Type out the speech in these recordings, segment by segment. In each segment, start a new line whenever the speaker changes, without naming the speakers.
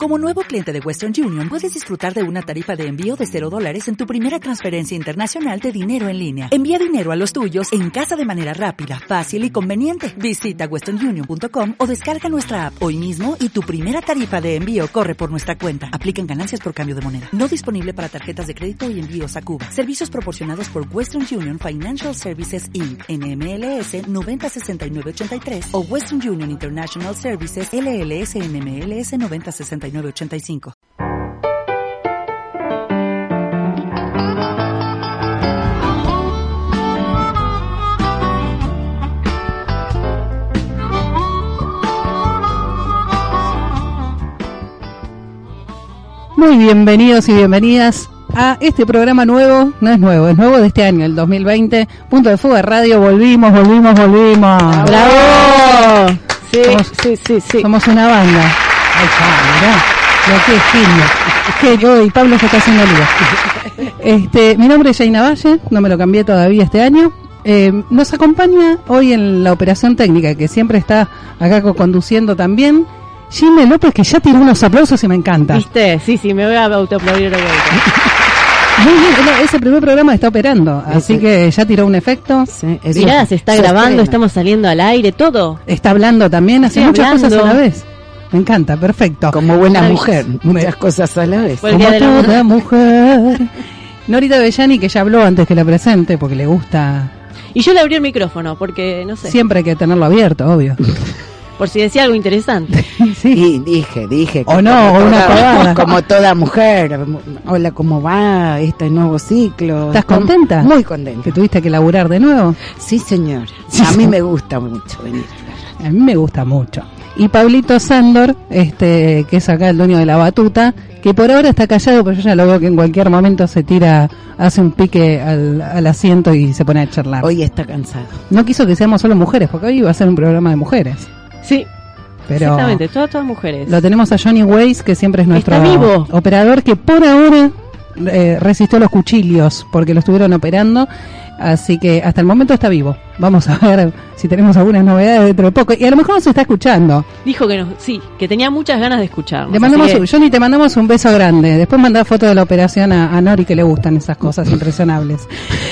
Como nuevo cliente de Western Union, puedes disfrutar de una tarifa de envío de $0 en tu primera transferencia internacional de dinero en línea. Envía dinero a los tuyos en casa de manera rápida, fácil y conveniente. Visita westernunion.com o descarga nuestra app hoy mismo y tu primera tarifa de envío corre por nuestra cuenta. Aplican ganancias por cambio de moneda. No disponible para tarjetas de crédito y envíos a Cuba. Servicios proporcionados por Western Union Financial Services Inc. NMLS 906983 o Western Union International Services LLS NMLS 906985.
Muy bienvenidos y bienvenidas a este programa nuevo. No es nuevo, es nuevo de este año, el 2020. Punto de Fuga Radio, volvimos.
¡Bravo! Sí.
Somos una banda. Ay, mirá, lo que es genio. Es que hoy Pablo se está haciendo lío. Mi nombre es Jaina Valle, no me lo cambié todavía este año. Nos acompaña hoy en la operación técnica, que siempre está acá conduciendo también, Jimé López, que ya tiró unos aplausos y me encanta.
¿Viste? Sí, me voy a autoaplaudir de vuelta.
Muy bien, ese primer programa está operando, así que ya tiró un efecto.
Sí, mirá, se está grabando, estamos saliendo al aire, todo.
Está hablando también, hace muchas cosas a la vez. Me encanta, perfecto.
Como buena mujer, muchas cosas a la vez.
Como toda mujer. Norita Bellani, que ya habló antes que la presente, porque le gusta.
Y yo le abrí el micrófono, porque no sé.
Siempre hay que tenerlo abierto, obvio.
Por si decía algo interesante.
Sí. Y dije.
O no, o una pavada.
Como toda mujer. Hola, ¿cómo va este nuevo ciclo?
¿Estás contenta?
Muy contenta.
¿Que tuviste que laburar de nuevo?
Sí, señor. A mí me gusta mucho venir.
A mí me gusta mucho. Y Pablito Sándor, que es acá el dueño de la batuta, que por ahora está callado, pero yo ya lo veo que en cualquier momento se tira, hace un pique al asiento y se pone a charlar.
Hoy está cansado.
No quiso que seamos solo mujeres, porque hoy iba a ser un programa de mujeres.
Sí,
pero
exactamente, todas mujeres.
Lo tenemos a Johnny Weiss, que siempre es nuestro operador, que por ahora resistió los cuchillos, porque lo estuvieron operando. Así que hasta el momento está vivo. Vamos a ver si tenemos algunas novedades dentro de poco. Y a lo mejor nos está escuchando.
Dijo que que tenía muchas ganas de escucharnos.
Johnny, te mandamos un beso grande. Después mandá foto de la operación a Nori, que le gustan esas cosas impresionables.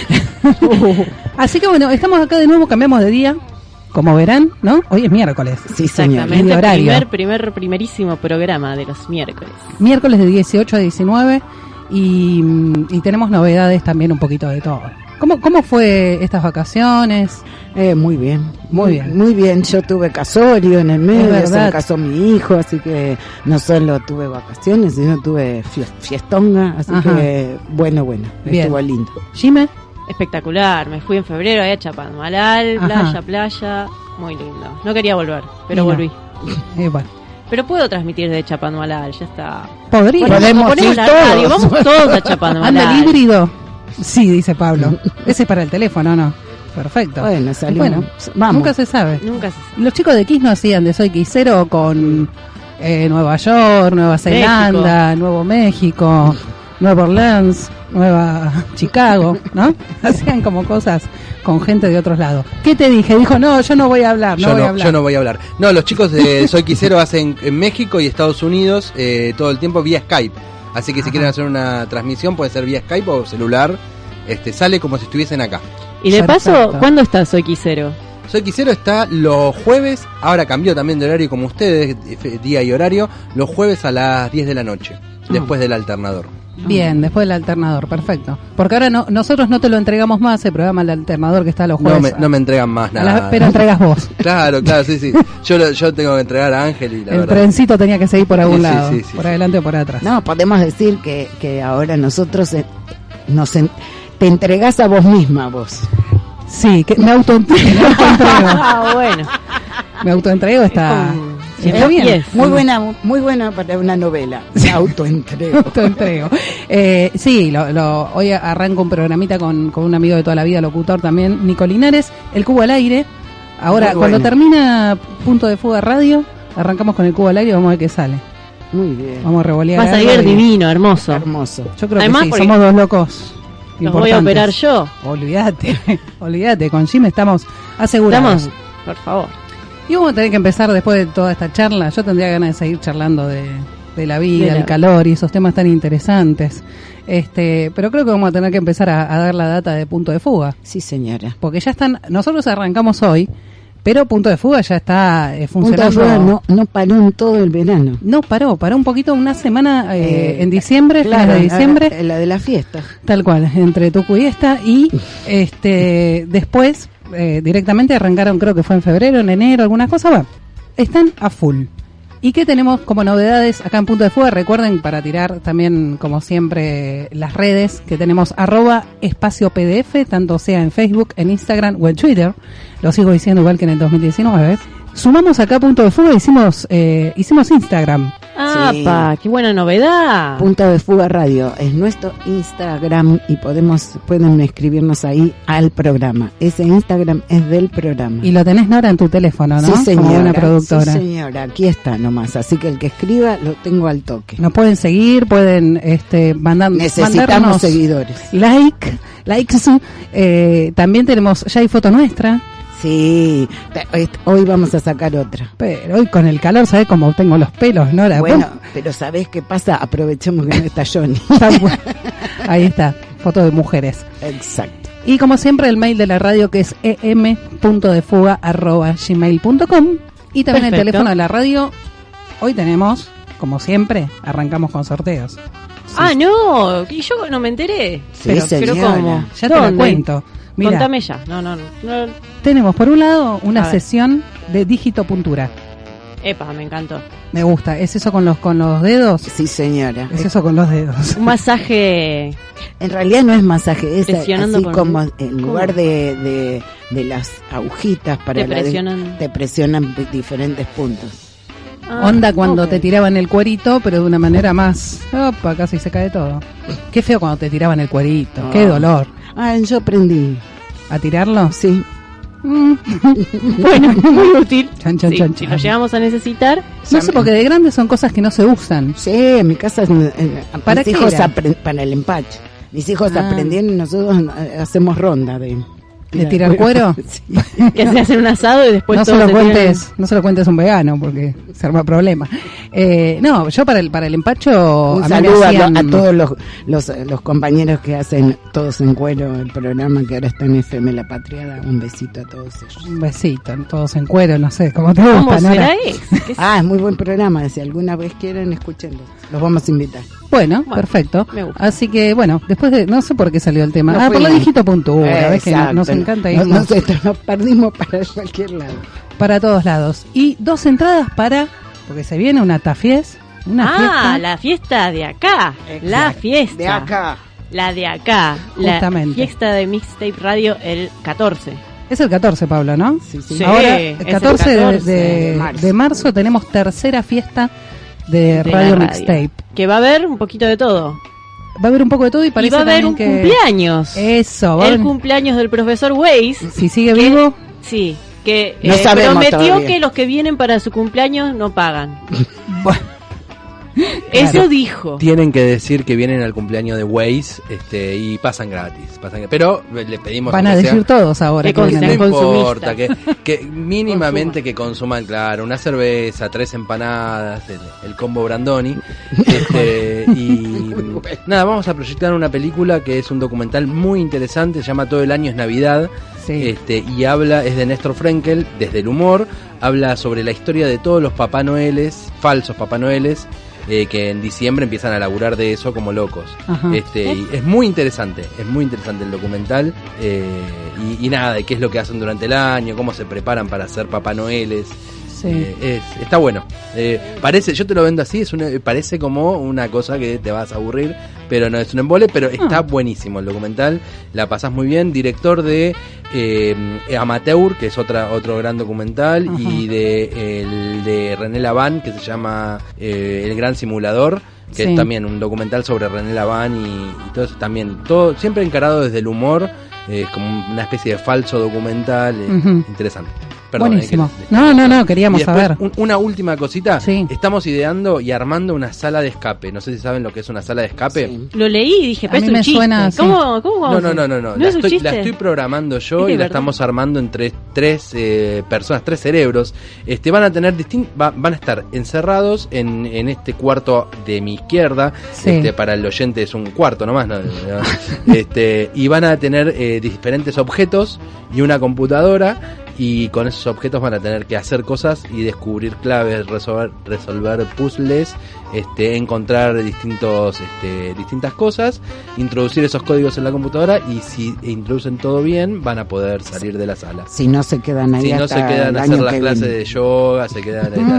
Así que bueno, estamos acá de nuevo, cambiamos de día. Como verán, ¿no? Hoy es miércoles.
Sí, señor.
Exactamente, primerísimo programa de los miércoles.
Miércoles de 18 a 19 y tenemos novedades también, un poquito de todo. ¿Cómo fue estas vacaciones?
Muy bien. Yo tuve casorio en el medio, se me casó mi hijo, así que no solo tuve vacaciones, sino tuve fiestonga, así que bueno, bien. Estuvo lindo.
¿Jimé?
Espectacular, me fui en febrero ahí a Chapadmalal, playa, muy lindo. No quería volver, pero volví.
Bueno.
Pero puedo transmitir de Chapadmalal, ya está.
Podemos ir todos.
Vamos todos a Chapadmalal.
¿Anda el híbrido? Sí, dice Pablo. Ese es para el teléfono, ¿no? Perfecto. Bueno, vamos. Nunca se sabe. Los chicos de Kiss no hacían de Soy Quisero con Nueva York, Nueva Zelanda, Nuevo México, Nueva Orleans, Nueva Chicago, ¿no? Hacían como cosas con gente de otros lados. ¿Qué te dije? Dijo, no, yo no voy a hablar,
yo no voy a hablar. No, los chicos de Soy Quisero hacen en México y Estados Unidos todo el tiempo vía Skype. Así que si quieren hacer una transmisión puede ser vía Skype o celular. Sale como si estuviesen acá.
Y de paso, ¿cuándo está Soy Quisero?
Soy Quisero está los jueves, ahora cambió también de horario como ustedes, día y horario, los jueves a las 10 de la noche, después del alternador.
Bien, después del alternador, perfecto. Porque ahora nosotros no te lo entregamos más, el programa del alternador que está los jueves.
No me entregan más nada.
Pero entregas vos.
Claro, sí. Yo tengo que entregar a Ángel y la verdad.
El trencito tenía que seguir por algún lado, por adelante o por atrás.
No, podemos decir que ahora nosotros te entregás a vos misma, vos.
Sí, que me autoentrego.
Bueno.
Me autoentrego está bien.
Muy buena para una novela. Autoentrego.
Sí, hoy arranco un programita con un amigo de toda la vida, locutor también, Nico Linares, El Cubo al Aire. Ahora, cuando termina Punto de Fuga Radio, arrancamos con El Cubo al Aire y vamos a ver qué sale.
Muy bien.
Vamos a revolear.
Va a salir divino, hermoso.
Yo creo que sí, somos dos locos.
¿Los voy a operar yo?
Olvídate, con Jim estamos asegurados.
Por favor.
Y vamos a tener que empezar después de toda esta charla. Yo tendría ganas de seguir charlando de la vida, el calor y esos temas tan interesantes. Pero creo que vamos a tener que empezar a dar la data de Punto de Fuga.
Sí, señora.
Porque ya están, nosotros arrancamos hoy, pero Punto de Fuga ya está funcionando.
Punto de Fuga no paró en todo el verano.
No paró un poquito, una semana en diciembre,
claro,
de diciembre.
La de la fiesta.
Tal cual, entre Tucu y esta, y después directamente arrancaron, creo que fue en febrero, en enero, algunas cosas, bueno, están a full. ¿Y qué tenemos como novedades acá en Punto de Fuga? Recuerden, para tirar también, como siempre, las redes que tenemos, @espacio-pdf, tanto sea en Facebook, en Instagram o en Twitter. Lo sigo diciendo igual que en el 2019. Sumamos acá Punto de Fuga, hicimos Instagram.
¡Ah, sí. ¡Qué buena novedad!
Punto de Fuga Radio es nuestro Instagram y pueden escribirnos ahí al programa. Ese Instagram es del programa.
Y lo tenés, Nora, en tu teléfono, ¿no?
Sí, señora.
Como una productora.
Sí, señora. Aquí está nomás. Así que el que escriba lo tengo al toque.
Nos pueden seguir, pueden
necesitamos seguidores.
Likes. También tenemos, ya hay foto nuestra.
Sí, hoy vamos a sacar otra.
Pero hoy con el calor, ¿sabes cómo tengo los pelos, Nora?
Bueno, pero ¿sabés qué pasa? Aprovechemos que no está Johnny.
Ahí está, foto de mujeres.
Exacto.
Y como siempre, el mail de la radio, que es em.defuga@gmail.com. Y también el teléfono de la radio. Hoy tenemos, como siempre, arrancamos con sorteos.
Sí. No, y yo no me enteré.
Sí, pero ¿cómo?
Ya te lo cuento. Mirá,
contame ya. No.
Tenemos por un lado una sesión de digitopuntura.
Epa, me encantó.
Me gusta. ¿Es eso con los dedos?
Sí, señora.
Es eso con los dedos.
Un masaje.
En realidad no es masaje, es así como en lugar
¿Cómo?
de las agujitas para te presionan diferentes puntos.
Onda cuando te tiraban el cuerito, pero de una manera más... Opa, casi se cae todo. Qué feo cuando te tiraban el cuerito. Qué dolor.
Yo aprendí.
¿A tirarlo?
Sí.
Bueno, muy útil.
Chan.
Si lo llegamos a necesitar.
No sé, porque de grandes son cosas que no se usan.
Sí, en mi casa
¿Para qué
hijos para el empache. Mis hijos aprendieron y nosotros hacemos ronda de
tirar cuero.
Sí.
Que se hace un asado y después
no se lo cuentes a un vegano porque se arma problema. Yo para el empacho
un saludo a todos los compañeros que hacen Todos en Cuero, el programa que ahora está en FM La Patriada. Un besito a todos ellos.
Un besito, Todos en Cuero, no sé, ¿cómo te gusta?
¿Cómo será
es muy buen programa, si alguna vez quieren escúchenlo, los vamos a invitar.
Bueno, perfecto. Así que, después de... No sé por qué salió el tema. Por la digitopuntura, ves que nos encanta ir.
Nos perdimos para cualquier lado.
Para todos lados. Y 2 entradas porque se viene una tafies. Fiesta.
La fiesta de acá.
Exacto.
La fiesta.
De acá.
La de acá.
Justamente.
La fiesta de Mixtape Radio el 14.
Es el 14, Pablo, ¿no?
Sí.
Ahora, el 14 de marzo tenemos tercera fiesta de Radio Mixtape.
Que va a haber un poquito de todo.
Va a haber un poco de todo y parece
va a haber un cumpleaños.
Eso.
El cumpleaños del profesor Weiss.
Si sigue vivo.
Sí. Que
no
prometió
todavía.
que los que vienen para su cumpleaños no pagan.
Bueno.
Eso dijo.
Tienen que decir que vienen al cumpleaños de Weiss y pasan gratis. Pero le pedimos...
Van a decir todos ahora.
No importa, que mínimamente que consuman, claro, una cerveza, 3 empanadas, el combo Brandoni. Y nada, vamos a proyectar una película que es un documental muy interesante, se llama Todo el año es Navidad. Sí. Y es de Néstor Frenkel, desde el humor, habla sobre la historia de todos los Papá Noeles, falsos Papá Noeles, que en diciembre empiezan a laburar de eso como locos. Y es muy interesante el documental, y nada, de qué es lo que hacen durante el año, cómo se preparan para ser Papá Noeles. Sí. Está bueno. Yo te lo vendo así, parece como una cosa que te vas a aburrir, pero no es un embole, pero está buenísimo el documental, la pasás muy bien. Director de Amateur, que es otro gran documental, y el de René Laván, que se llama El Gran Simulador, que es también un documental sobre René Laván y todo eso, también todo siempre encarado desde el humor, como una especie de falso documental. Interesante. Perdón,
buenísimo. No, queríamos saber.
Una última cosita. Sí. Estamos ideando y armando una sala de escape. No sé si saben lo que es una sala de escape.
Sí. Lo leí y dije, pero
es un chiste.
¿Cómo?
No. La estoy programando yo y la estamos armando entre 3 personas, 3 cerebros, van a tener van a estar encerrados en este cuarto de mi izquierda. Sí. Para el oyente es un cuarto nomás, ¿no? Y van a tener diferentes objetos y una computadora, y con esos objetos van a tener que hacer cosas y descubrir claves, resolver puzzles, encontrar distintas cosas, introducir esos códigos en la computadora, y si introducen todo bien van a poder salir de la sala.
Si no se quedan ahí,
si no se quedan a hacer las clases de yoga, se quedan a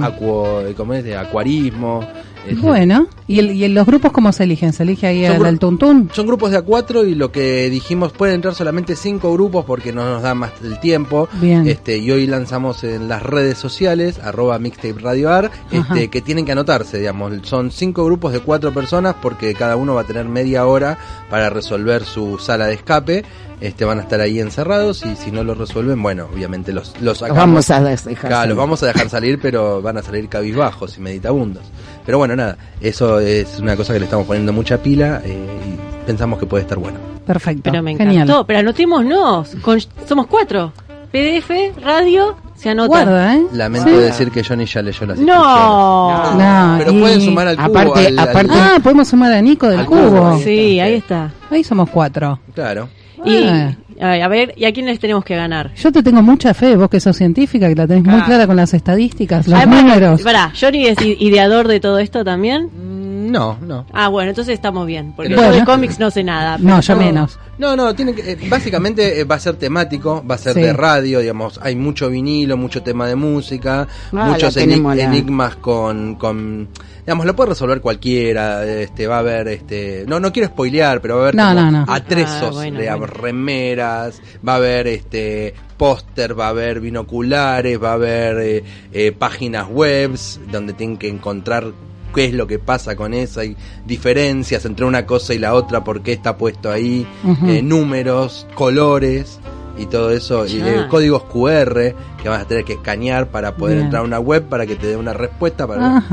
hacer acuarismo.
Bueno, ¿y los grupos cómo se eligen? ¿Se elige ahí al tuntún?
Son grupos de A4, y lo que dijimos, pueden entrar solamente 5 grupos porque no nos da más el tiempo.
Bien.
Y hoy lanzamos en las redes sociales @mixtaperadioar, que tienen que anotarse, digamos. Son 5 grupos de 4 personas, porque cada uno va a tener media hora para resolver su sala de escape. Van a estar ahí encerrados, y si no lo resuelven, bueno, obviamente los
vamos a dejar
salir. Los vamos a dejar salir, pero van a salir cabizbajos y meditabundos. Pero bueno, nada, eso es una cosa que le estamos poniendo mucha pila, y pensamos que puede estar bueno.
Perfecto.
Pero me encantó. Genial. Pero anotémonos, somos 4. PDF, radio, se anota.
Guarda,
Lamento decir que Johnny ya leyó las
instrucciones.
No,
pero pueden sumar al cubo.
Aparte, podemos sumar a Nico del cubo.
Sí, ahí está.
Ahí somos 4.
Claro.
Y a ver, ¿y a quién les tenemos que ganar?
Yo te tengo mucha fe, vos que sos científica, que la tenés muy clara con las estadísticas, los números.
¿Johnny es ideador de todo esto también?
No.
Bueno, entonces estamos bien, porque yo de cómics no sé nada.
No, yo menos.
No, tiene que, básicamente va a ser temático, va a ser de radio, digamos, hay mucho vinilo, mucho tema de música, muchos enigmas con digamos, lo puede resolver cualquiera, va a haber, no quiero spoilear, pero va a haber atresos, digamos, remeras, va a haber póster, va a haber binoculares, va a haber páginas webs donde tienen que encontrar qué es lo que pasa con esa, hay diferencias entre una cosa y la otra, por qué está puesto ahí, números, colores y todo eso, y códigos QR que vas a tener que escanear para poder entrar a una web para que te dé una respuesta.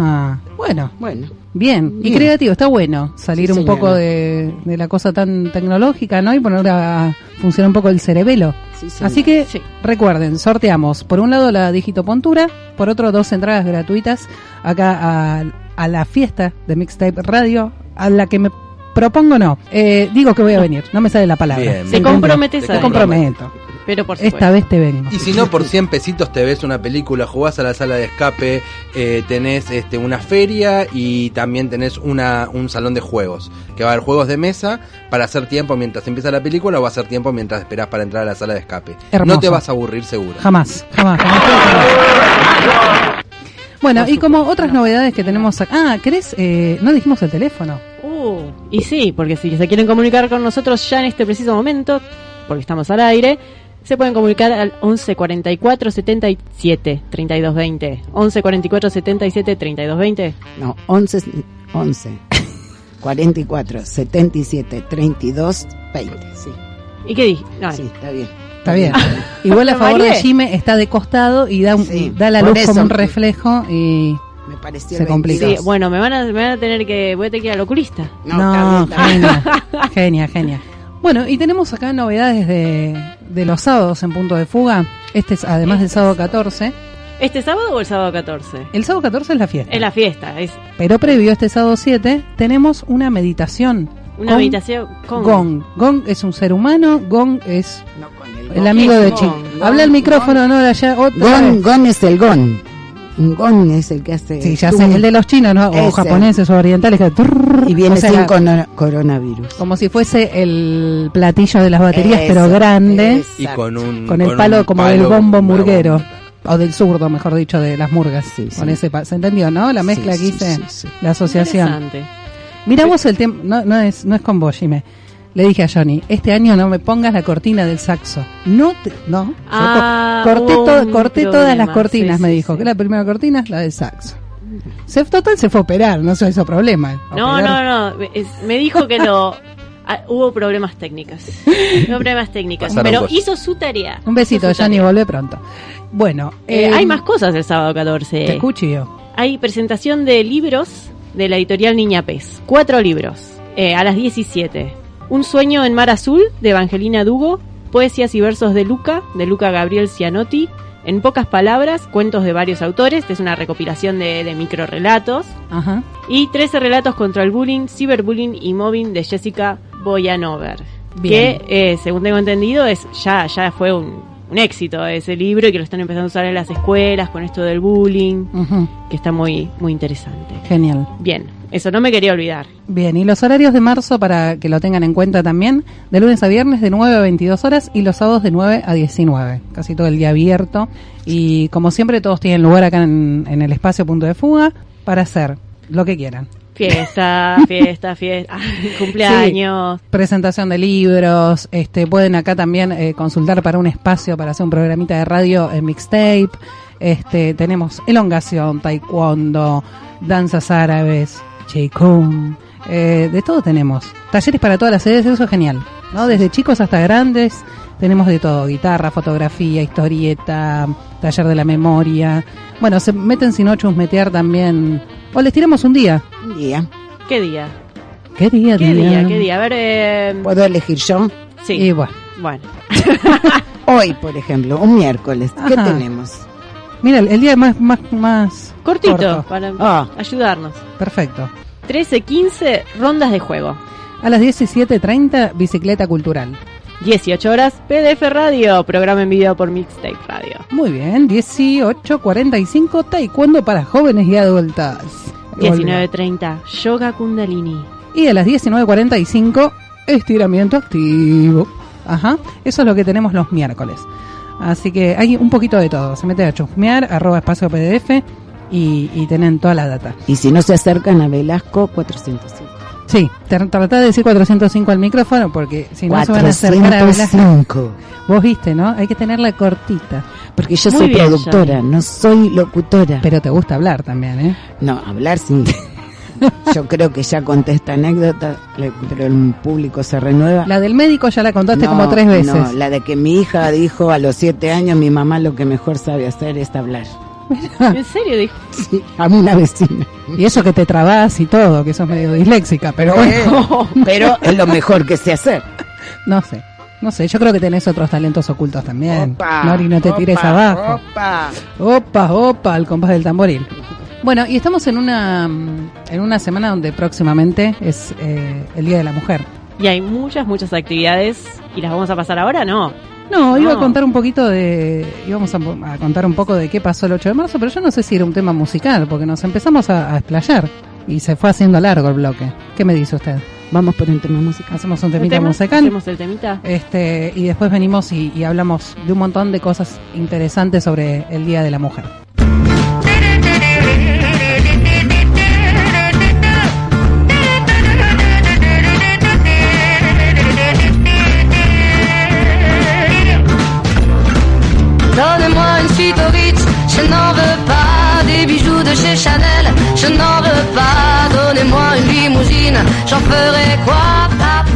Bueno. Bien, y creativo, está bueno salir un poco de la cosa tan tecnológica, ¿no? Y poner a funcionar un poco el cerebelo. Así que recuerden, sorteamos por un lado la Digitopontura, por otro 2 entradas gratuitas acá a la fiesta de Mixtape Radio, a la que me propongo digo que voy a venir, no me sale la palabra.
Bien,
te comprometes.
Te comprometo.
Pero por supuesto.
Esta vez te vengo.
Y si no, por 100 pesitos te ves una película, jugás a la sala de escape, tenés una feria, y también tenés un salón de juegos, que va a haber juegos de mesa para hacer tiempo mientras empieza la película, o va a hacer tiempo mientras esperás para entrar a la sala de escape.
Hermoso.
No te vas a aburrir seguro.
Jamás. Bueno, y como otras novedades que tenemos acá. ¿Querés? No dijimos el teléfono.
Y sí, porque si se quieren comunicar con nosotros ya en este preciso momento, porque estamos al aire, se pueden comunicar al 11 44 77 32 20. 11 44 77 32 20.
No, 11 44 77 32 20, sí.
¿Y qué dije?
Sí, está bien.
Está bien. Igual a favor de Jime está de costado y da la luz como un reflejo, y
me pareció
se complica.
Sí, bueno, me van a tener que voy a tener que ir al oculista.
No, genia. Bueno, y tenemos acá novedades de los sábados en Punto de Fuga. Este es además del sábado 14.
¿Este sábado o el sábado 14?
El sábado 14 es la fiesta.
Es la fiesta.
Pero previo a este sábado 7 tenemos una meditación.
Una meditación con
Gong. Gong es un ser humano. Gong es el amigo de Chi. Habla el micrófono, no allá.
Gong es el gong. Un gong es el que hace.
Sí, ya sé, el de los chinos, ¿no? O japoneses o orientales.
Y viene sin coronavirus.
Como si fuese el platillo de las baterías, pero grande.
Y
con el palo como del bombo murguero. O del zurdo, mejor dicho, de las murgas. Con ese ¿se entendió, no? La mezcla que hice, la asociación. Miramos el tiempo. No es con vos, Jimé. Le dije a Johnny, este año no me pongas la cortina del saxo. Corté todas las cortinas, me dijo. Que la primera cortina es la del saxo. Se fue a operar, no se hizo problema.
No. Me dijo que hubo problemas técnicos. Pero hizo su tarea.
Un besito, Johnny, volvé pronto. Bueno,
hay más cosas el sábado 14.
Te escucho yo.
Hay presentación de libros de la editorial Niña Pez. 4 libros, a las 17. Un sueño en mar azul, de Evangelina Dugo. Poesías y versos de Luca Gabriel Cianotti. En pocas palabras, cuentos de varios autores. Esta es una recopilación de microrelatos.
Ajá.
Y 13 relatos contra el bullying, ciberbullying y mobbing de Jessica Boyanover.
Bien.
Que, según tengo entendido, ya fue un éxito ese libro y que lo están empezando a usar en las escuelas con esto del bullying, que está muy, muy interesante.
Genial.
Bien, eso no me quería olvidar.
Bien, y los horarios de marzo, para que lo tengan en cuenta también, de lunes a viernes de 9 a 22 horas y los sábados de 9 a 19, casi todo el día abierto. Y como siempre, todos tienen lugar acá en el espacio Punto de Fuga para hacer lo que quieran.
Fiesta, cumpleaños.
Sí, presentación de libros, pueden acá también consultar para un espacio para hacer un programita de radio en mixtape. Tenemos elongación, taekwondo, danzas árabes, qigong, de todo tenemos. Talleres para todas las edades, eso es genial, ¿no? Desde chicos hasta grandes tenemos de todo, guitarra, fotografía, historieta, taller de la memoria. Bueno, se meten sin ocho metear también. O les tiramos un día.
Un día.
¿Qué día?
¿Qué día?
A ver,
¿puedo elegir yo?
Sí.
Y bueno.
Hoy, por ejemplo, un miércoles. ¿Qué tenemos?
Mira, el día más
cortito,
corto.
Para ayudarnos.
Perfecto.
13:15, rondas de juego.
A las 17:30, bicicleta cultural.
18 horas, PDF Radio, programa en video por Mixtape Radio.
Muy bien, 18:45, taekwondo para jóvenes y adultas.
19:30, yoga kundalini.
Y a las 19:45, estiramiento activo. Ajá, eso es lo que tenemos los miércoles. Así que hay un poquito de todo. Se mete a chusmear, @espacio PDF y tienen toda la data.
Y si no se acercan a Velasco, 405.
Sí, tratá de decir 405 al micrófono porque si no se van a acercar a Velasco. Vos viste, ¿no? Hay que tenerla cortita.
Porque yo soy productora, no soy locutora.
Pero te gusta hablar también, ¿eh?
No, hablar sí. Yo creo que ya conté esta anécdota, pero el público se renueva.
La del médico ya la contaste como 3 veces.
No, la de que mi hija dijo a los 7 años, mi mamá lo que mejor sabe hacer es hablar.
¿En serio dijo?
Sí, a una vecina.
Y eso que te trabas y todo, que sos medio disléxica, pero bueno.
Pero es lo mejor que sé hacer.
No sé, yo creo que tenés otros talentos ocultos también.
Opa,
Nori, no te tires abajo. Opa, al compás del tamboril. Bueno, y estamos en una semana donde próximamente es el Día de la Mujer.
Y hay muchas actividades. ¿Y las vamos a pasar ahora? No,
iba a contar un poquito íbamos a contar un poco de qué pasó el 8 de marzo, pero yo no sé si era un tema musical, porque nos empezamos a explayar y se fue haciendo largo el bloque. ¿Qué me dice usted?
Vamos por un tema musical.
Hacemos un temita musical.
Hacemos el temita.
Y después venimos y hablamos de un montón de cosas interesantes sobre el Día de la Mujer.
Donnez-moi une suite au Ritz, je n'en veux pas. Des bijoux de chez Chanel, je n'en veux pas. Donnez-moi une limousine, j'en ferai quoi?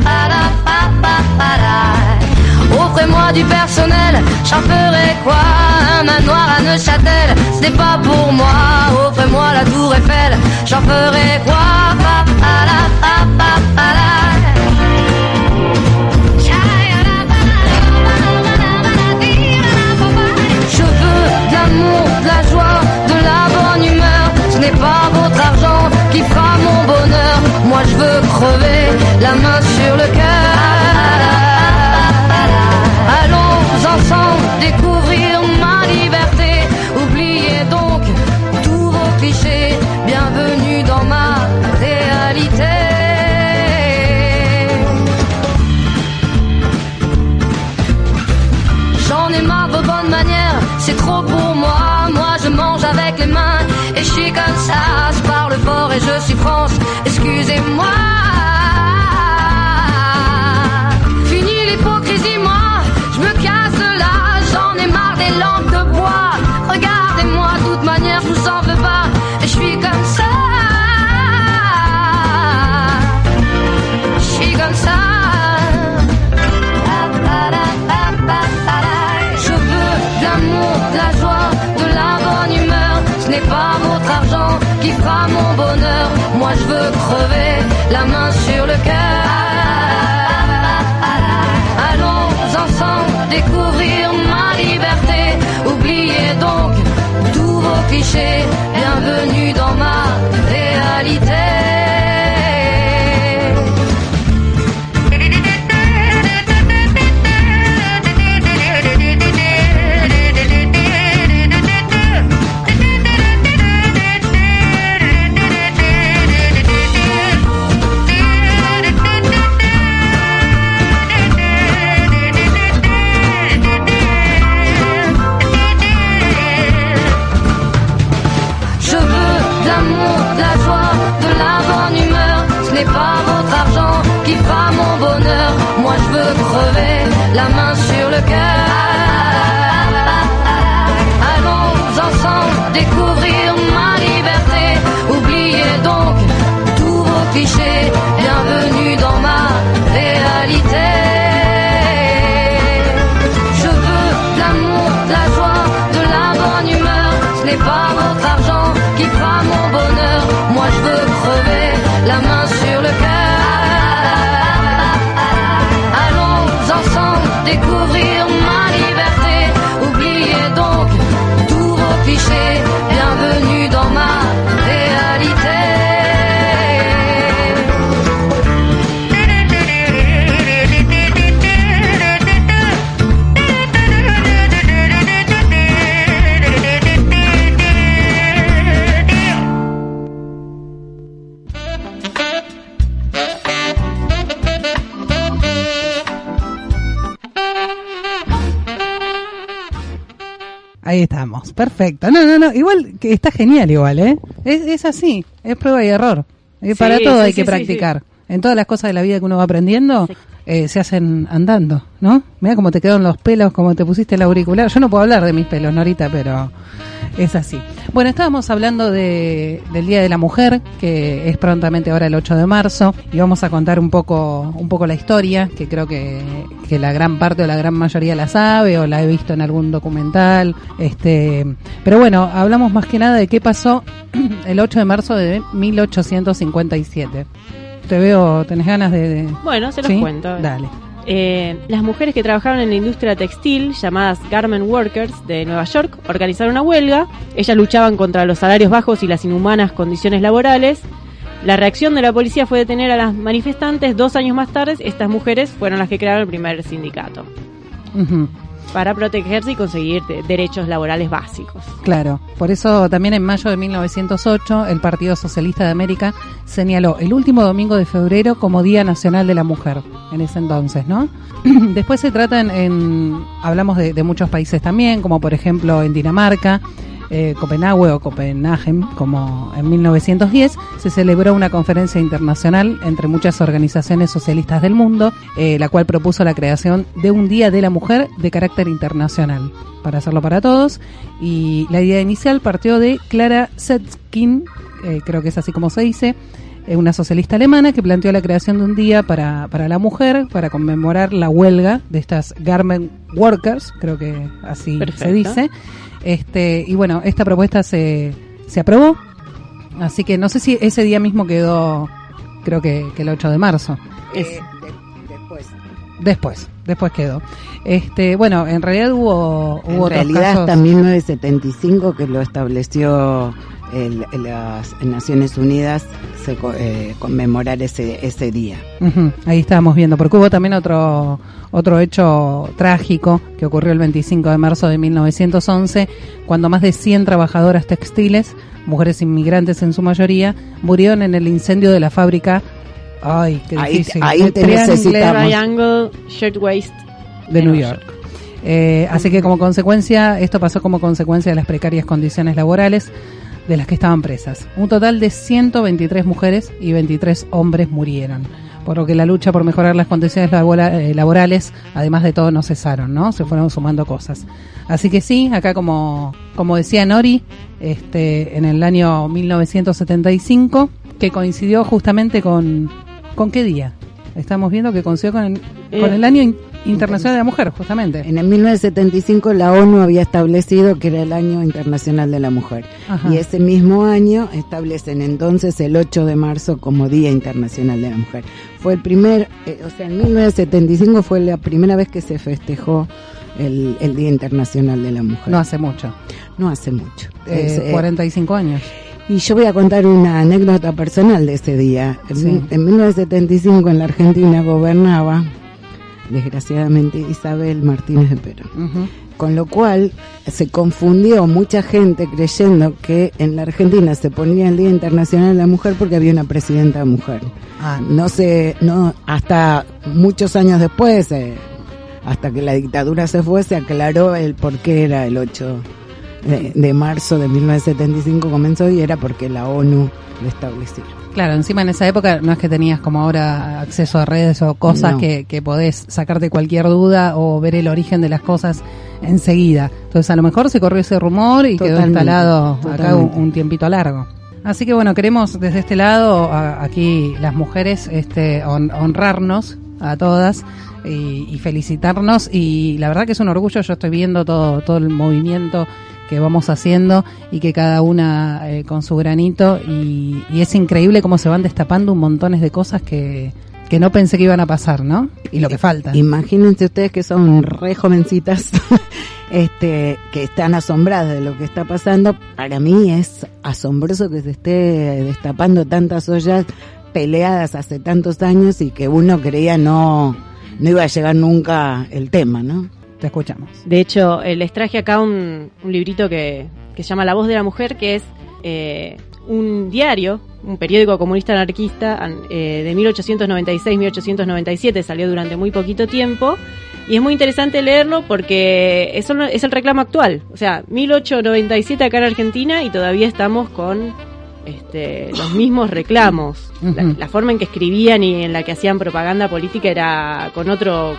Offrez-moi du personnel, j'en ferai quoi? Un manoir à Neuchâtel, ce n'est pas pour moi. Offrez-moi la tour Eiffel, j'en ferai quoi? Je veux de l'amour, de la joie, de la bonne humeur. Ce n'est pas votre argent qui fera mon bonheur. Moi je veux crever la main sur le cœur. Allons ensemble découvrir ma liberté. Oubliez donc tous vos clichés. Bienvenue dans ma réalité. J'en ai marre de vos bonnes manières, c'est trop pour moi. Moi je mange avec les mains et je suis comme ça. Je parle fort et je suis France, excusez-moi. Fini l'hypocrisie, moi je me casse de là. J'en ai marre des lampes de bois. Regardez-moi, de toute manière je vous en veux pas. Et je suis comme ça. Je suis comme ça. Je veux de l'amour, de la joie, de la bonne humeur. Ce n'est pas votre argent qui fera mon bonheur. Moi je veux crever la main sur le cœur. Allons ensemble clichés, bienvenue dans ma réalité. Pas votre argent qui fera mon bonheur. Moi je veux crever la main sur le cœur. Allons ensemble découvrir ma liberté. Oubliez donc tous vos clichés. Bienvenue dans ma réalité. Je veux de l'amour, de la joie, de la bonne humeur. Ce n'est pas votre argent qui fera mon bonheur. Moi je veux crever la main sur le cœur. Allons ensemble découvrir ma liberté. Oubliez donc tous vos clichés. Bienvenue dans ma réalité.
Ahí estamos, perfecto. No, igual que está genial igual, ¿eh? Es así, es prueba y error. Para todo hay que practicar. Sí. En todas las cosas de la vida que uno va aprendiendo, se hacen andando, ¿no? Mira cómo te quedaron los pelos, cómo te pusiste el auricular. Yo no puedo hablar de mis pelos, Norita, pero es así. Bueno, estábamos hablando del Día de la Mujer, que es prontamente ahora el 8 de marzo, y vamos a contar un poco la historia, que creo que la gran parte o la gran mayoría la sabe o la he visto en algún documental. Pero bueno, hablamos más que nada de qué pasó el 8 de marzo de 1857. Te veo, ¿tenés ganas de...?
Bueno, se los cuento.
Dale.
Las mujeres que trabajaban en la industria textil, llamadas Garment Workers de Nueva York, organizaron una huelga. Ellas luchaban contra los salarios bajos y las inhumanas condiciones laborales. La reacción de la policía fue detener a las manifestantes. 2 años más tarde, estas mujeres fueron las que crearon el primer sindicato. Uh-huh. Para protegerse y conseguir derechos laborales básicos.
Claro, por eso también en mayo de 1908 el Partido Socialista de América señaló el último domingo de febrero como Día Nacional de la Mujer, en ese entonces, ¿no? Después se trata hablamos de muchos países también, como por ejemplo en Dinamarca, Copenhague o Copenhagen, como en 1910, se celebró una conferencia internacional entre muchas organizaciones socialistas del mundo, la cual propuso la creación de un Día de la Mujer de carácter internacional, para hacerlo para todos, y la idea inicial partió de Clara Zetkin, creo que es así como se dice, una socialista alemana que planteó la creación de un día para la mujer, para conmemorar la huelga de estas Garment Workers, creo que así Perfecto. Se dice. Y bueno, esta propuesta se aprobó, así que no sé si ese día mismo quedó, creo que el 8 de marzo. Después quedó. Bueno, en realidad hubo otros
realidad
casos.
Hasta 1975 que lo estableció las Naciones Unidas, conmemorar ese día.
Uh-huh. Ahí estábamos viendo, porque hubo también otro hecho trágico que ocurrió el 25 de marzo de 1911, cuando más de 100 trabajadoras textiles, mujeres inmigrantes en su mayoría, murieron en el incendio de la fábrica. Ay, qué difícil.
Ahí te necesitamos.
Triangle Shirtwaist
de New York. Así que como consecuencia, esto pasó como consecuencia de las precarias condiciones laborales de las que estaban presas. Un total de 123 mujeres y 23 hombres murieron, por lo que la lucha por mejorar las condiciones laborales, además de todo, no cesaron, ¿no? Se fueron sumando cosas. Así que sí, acá como decía Nori, en el año 1975, que coincidió justamente con ¿qué día? Estamos viendo que coincidió con el año internacional de la mujer, justamente.
En el 1975 la ONU había establecido que era el año internacional de la mujer. Ajá. Y ese mismo año establecen entonces el 8 de marzo como Día Internacional de la Mujer. Fue el primer, en 1975 fue la primera vez que se festejó el Día Internacional de la Mujer.
No hace mucho. 45 años.
Y yo voy a contar una anécdota personal de ese día. Sí. En 1975 en la Argentina gobernaba, desgraciadamente, Isabel Martínez de Perón. Uh-huh. Con lo cual se confundió mucha gente creyendo que en la Argentina se ponía el Día Internacional de la Mujer porque había una presidenta mujer. No, hasta muchos años después, hasta que la dictadura se fue, se aclaró el por qué era el 8 de marzo de 1975 comenzó, y era porque la ONU lo establecía.
Claro, encima en esa época no es que tenías como ahora acceso a redes o cosas que podés sacarte cualquier duda o ver el origen de las cosas enseguida. Entonces a lo mejor se corrió ese rumor y quedó instalado acá un tiempito largo. Así que bueno, queremos desde este lado, aquí las mujeres, honrarnos a todas y felicitarnos, y la verdad que es un orgullo. Yo estoy viendo todo el movimiento que vamos haciendo y que cada una con su granito, y es increíble cómo se van destapando un montones de cosas que no pensé que iban a pasar, ¿no? Y lo que falta.
Imagínense ustedes que son re jovencitas que están asombradas de lo que está pasando. Para mí es asombroso que se esté destapando tantas ollas peleadas hace tantos años y que uno creía no iba a llegar nunca el tema, ¿no?
Te escuchamos.
De hecho, les traje acá un librito que se llama La Voz de la Mujer, que es un diario, un periódico comunista anarquista de 1896-1897, salió durante muy poquito tiempo, y es muy interesante leerlo porque es el reclamo actual. O sea, 1897 acá en Argentina y todavía estamos con los mismos reclamos. Uh-huh. La forma en que escribían y en la que hacían propaganda política era con otro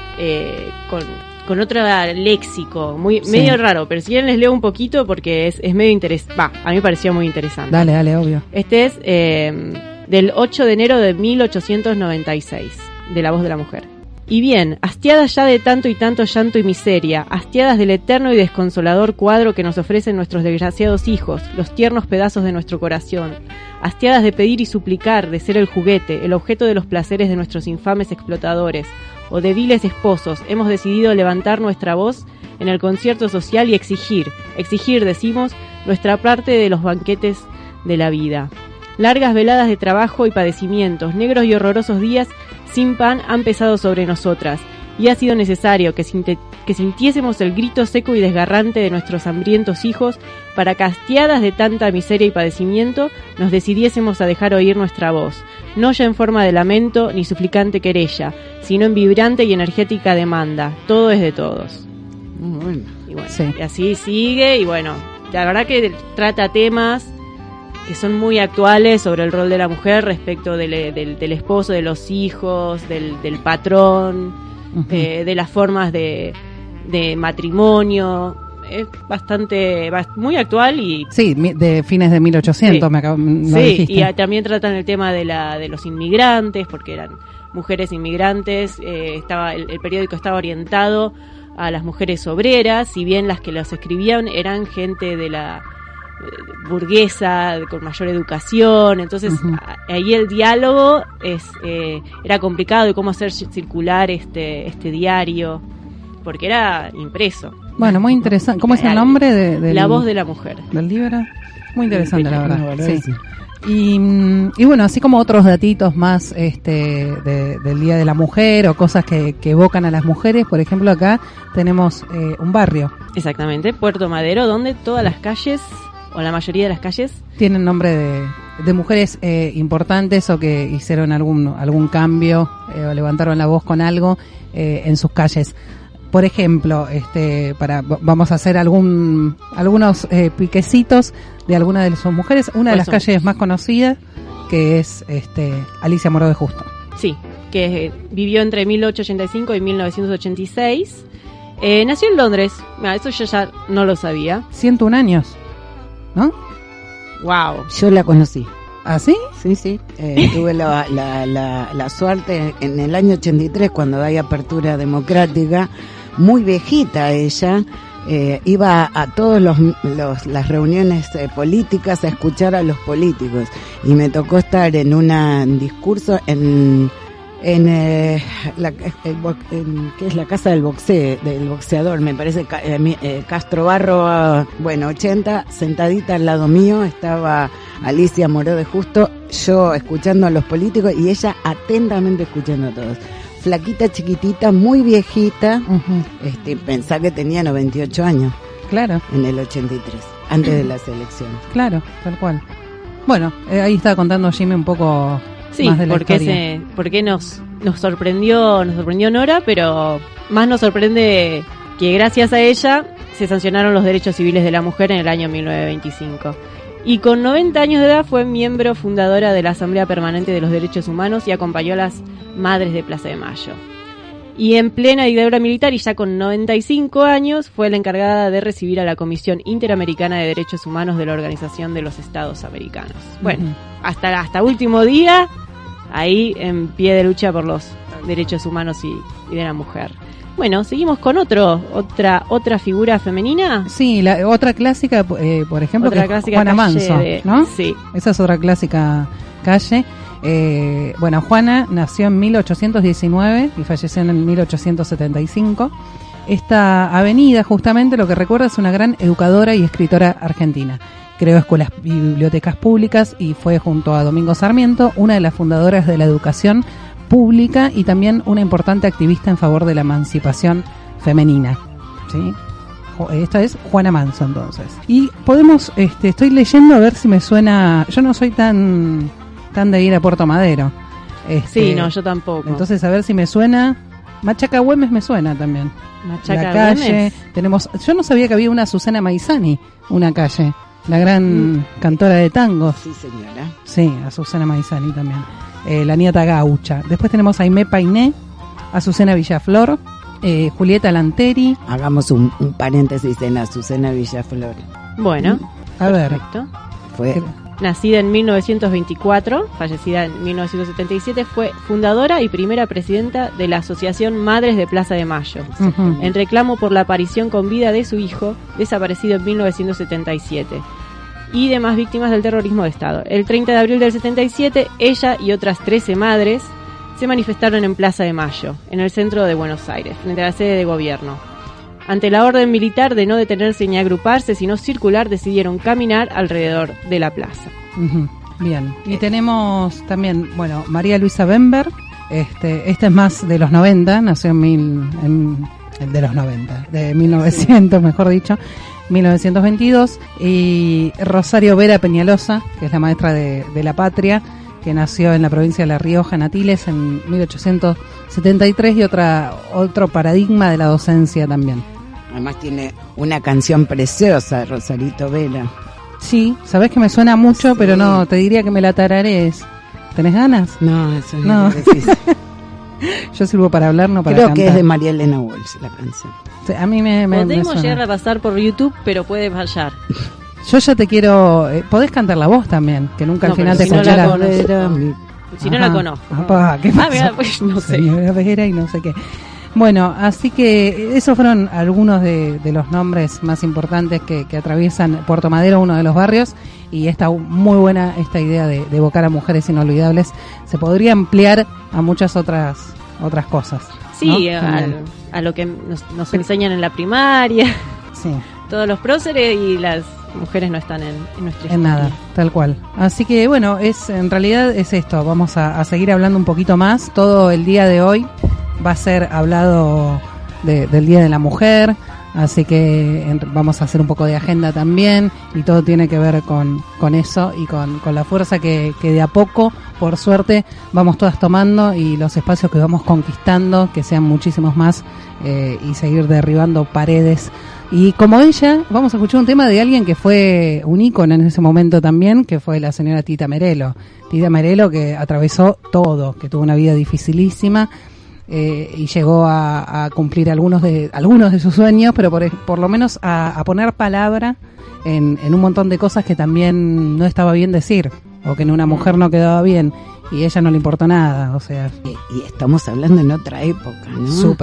con otro léxico, medio raro, pero si quieren les leo un poquito porque es medio interesante. A mí me pareció muy interesante.
Dale, obvio.
Este es del 8 de enero de 1896, de La Voz de la Mujer. Y bien, hastiadas ya de tanto y tanto llanto y miseria, hastiadas del eterno y desconsolador cuadro que nos ofrecen nuestros desgraciados hijos, los tiernos pedazos de nuestro corazón, hastiadas de pedir y suplicar, de ser el juguete, el objeto de los placeres de nuestros infames explotadores, o de viles esposos, hemos decidido levantar nuestra voz en el concierto social y exigir, decimos, nuestra parte de los banquetes de la vida. Largas veladas de trabajo y padecimientos, negros y horrorosos días sin pan han pesado sobre nosotras, y ha sido necesario que sintiésemos el grito seco y desgarrante de nuestros hambrientos hijos para que, hastiadas de tanta miseria y padecimiento, nos decidiésemos a dejar oír nuestra voz, no ya en forma de lamento ni suplicante querella, sino en vibrante y energética demanda. Todo es de todos.
Bueno.
Y bueno, sí. Y así sigue, y bueno, la verdad que trata temas que son muy actuales sobre el rol de la mujer respecto del esposo, de los hijos, del patrón, uh-huh, de las formas de matrimonio. Es muy actual y... Sí,
de fines de 1800, sí.
Sí, dijiste. Y también tratan el tema de los inmigrantes, porque eran mujeres inmigrantes. El periódico estaba orientado a las mujeres obreras, si bien las que los escribían eran gente de la burguesa, con mayor educación. Entonces, uh-huh, ahí el diálogo era complicado, de cómo hacer circular este diario, porque era impreso.
Bueno, muy interesante. ¿Cómo es el nombre de
La Voz de la Mujer?
Del libro. Muy interesante, la verdad. Sí. Y bueno, así como otros datitos más del Día de la Mujer o cosas que evocan a las mujeres, por ejemplo, acá tenemos un barrio.
Exactamente, Puerto Madero, donde todas las calles, o la mayoría de las calles,
tienen nombre de mujeres importantes o que hicieron algún cambio o levantaron la voz con algo en sus calles. Por ejemplo, vamos a hacer algunos piquecitos de alguna de sus mujeres. Una de las calles más conocidas, que es Alicia Moró de Justo.
Sí, que vivió entre 1885 y 1986. Nació en Londres. Eso yo ya no lo sabía.
101 años, ¿no?
Wow.
Yo la conocí.
¿Ah, sí?
Sí. Tuve la suerte en el año 83, cuando hay apertura democrática, muy viejita ella, iba a todas las reuniones políticas a escuchar a los políticos, y me tocó estar en un discurso en en que es la casa del boxeador, me parece, Castro Barro, 80, sentadita al lado mío estaba Alicia Moró de Justo, yo escuchando a los políticos y ella atentamente escuchando a todos. Flaquita, chiquitita, muy viejita, pensá que tenía 98 años.
Claro.
En el 83, antes de las elecciones.
Claro, tal cual. Bueno, ahí estaba contando Jimmy un poco más de la historia.
Porque nos sorprendió Nora, pero más nos sorprende que gracias a ella se sancionaron los derechos civiles de la mujer en el año 1925. Y con 90 años de edad fue miembro fundadora de la Asamblea Permanente de los Derechos Humanos y acompañó a las Madres de Plaza de Mayo. Y en plena dictadura militar y ya con 95 años fue la encargada de recibir a la Comisión Interamericana de Derechos Humanos de la Organización de los Estados Americanos. Bueno, hasta último día, ahí en pie de lucha por los derechos humanos y de la mujer. Bueno, seguimos con otra figura femenina.
Sí, la otra clásica, por ejemplo,
otra
que
clásica
Juana Manso, ¿no?
Sí.
Esa es otra clásica calle. Juana nació en 1819 y falleció en 1875. Esta avenida, justamente, lo que recuerda es una gran educadora y escritora argentina. Creó escuelas y bibliotecas públicas y fue, junto a Domingo Sarmiento, una de las fundadoras de la educación pública y también una importante activista en favor de la emancipación femenina. ¿Sí? Esta es Juana Manso, entonces. Y podemos, estoy leyendo a ver si me suena. Yo no soy tan de ir a Puerto Madero.
Sí, no, yo tampoco.
Entonces, a ver si me suena. Machaca Güemes me suena también.
Machaca
la calle.
Güemes.
Tenemos. Yo no sabía que había una Susana Maizani, una calle. La gran cantora de tango.
Sí, señora.
Sí, a Susana Maizani también. La nieta gaucha. Después tenemos a Aimé Painé, Azucena Villaflor, Julieta Lanteri.
Hagamos un paréntesis en Azucena Villaflor.
Bueno,
a
perfecto.
Fue
nacida en 1924, fallecida en 1977, fue fundadora y primera presidenta de la Asociación Madres de Plaza de Mayo, en reclamo por la aparición con vida de su hijo, desaparecido en 1977. Y demás víctimas del terrorismo de Estado. El 30 de abril del 77, ella y otras 13 madres se manifestaron en Plaza de Mayo, en el centro de Buenos Aires, frente a la sede de gobierno. Ante la orden militar de no detenerse ni agruparse, sino circular, decidieron caminar alrededor de la plaza.
Bien. Y tenemos también, María Luisa Bember. Esta es más de los 90, nació de los 90, de 1900, mejor dicho. 1922, y Rosario Vera Peñalosa, que es la maestra de la patria, que nació en la provincia de La Rioja, en Atiles, en 1873, y otro paradigma de la docencia también.
Además tiene una canción preciosa, Rosarito Vera.
Sí, sabés que me suena mucho, pero no, te diría que me la tararees. ¿Tenés ganas?
No, eso no es difícil.
Yo sirvo para hablar, no para
cantar.
cantar.
Creo que es de María Elena Walsh la canción.
Sí, a mí me
podemos llegar a pasar por YouTube, pero puede fallar.
Yo ya te quiero. Podés cantar la voz también, que nunca al final te escuchará.
Si no la conozco.
¿Qué pasa?
Mira, pues no sé.
Señora Vera y no sé qué. Bueno, así que esos fueron algunos de los nombres más importantes que atraviesan Puerto Madero, uno de los barrios, y esta muy buena esta idea de evocar a mujeres inolvidables. Se podría ampliar a muchas otras cosas.
Sí, ¿no? a lo que nos enseñan en la primaria.
Sí.
Todos los próceres y las mujeres no están en nuestra historia.
En nada, tal cual. Así que en realidad es esto. Vamos a seguir hablando un poquito más. Todo el día de hoy va a ser hablado del Día de la Mujer. Así que vamos a hacer un poco de agenda también, y todo tiene que ver con eso y con la fuerza que de a poco, por suerte, vamos todas tomando, y los espacios que vamos conquistando, que sean muchísimos más, y seguir derribando paredes. Y como ella, vamos a escuchar un tema de alguien que fue un ícono en ese momento también, que fue la señora Tita Merelo. Tita Merelo, que atravesó todo, que tuvo una vida dificilísima, y llegó a cumplir algunos de sus sueños, pero por lo menos a poner palabra en un montón de cosas que también no estaba bien decir, o que en una mujer no quedaba bien, y a ella no le importó nada, o sea.
Y estamos hablando en otra época, ¿no?
Súper.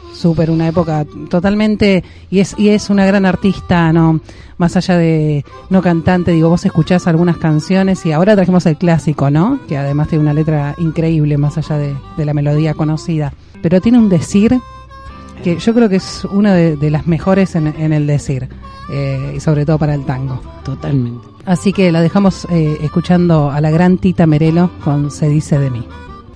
súper una época totalmente, y es una gran artista, no, más allá de no cantante, digo, vos escuchás algunas canciones y ahora trajimos el clásico, ¿no? Que además tiene una letra increíble más allá de la melodía conocida, pero tiene un decir que yo creo que es una de las mejores en el decir, y sobre todo para el tango.
Totalmente.
Así que la dejamos escuchando a la gran Tita Merelo con Se dice de mí.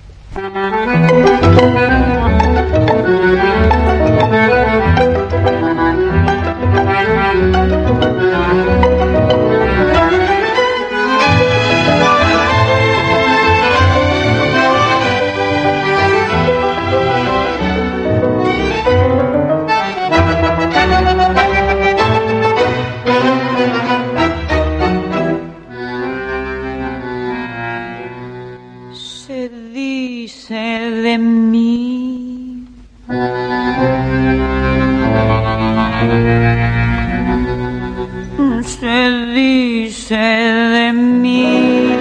De mí se dice de mí,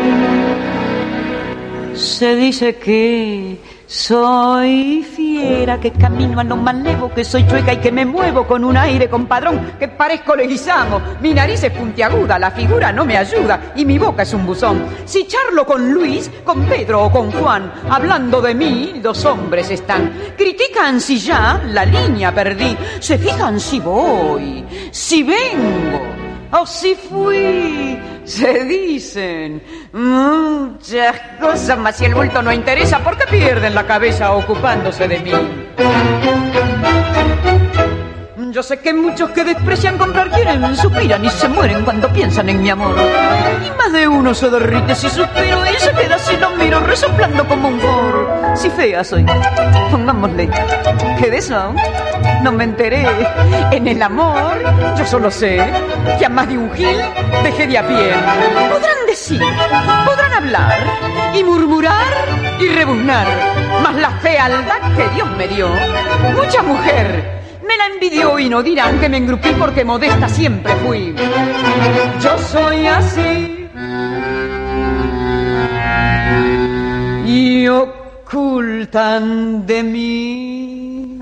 se dice que soy fiera, que camino a lo malevo, que soy chueca y que me muevo con un aire compadrón, que parezco Leguizamo, mi nariz es puntiaguda, la figura no me ayuda y mi boca es un buzón. Si charlo con Luis, con Pedro o con Juan, hablando de mí, dos hombres están. Critican si ya la línea perdí, se fijan si voy, si vengo o si fui. Se dicen muchas cosas, mas si el bulto no interesa, ¿por qué pierden la cabeza ocupándose de mí? Yo sé que muchos que desprecian comprar quieren, suspiran y se mueren cuando piensan en mi amor. Y más de uno se derrite si suspiro y se queda si lo miro resoplando como un foro. Si fea soy, pongámosle, que de eso no me enteré. En el amor yo solo sé que a más de un gil dejé de a pie. Podrán decir, podrán hablar y murmurar y rebuznar, mas la fealdad que Dios me dio, mucha mujer me la envidió y no dirán que me engrupí porque modesta siempre fui. Yo soy así y ocultan de mí.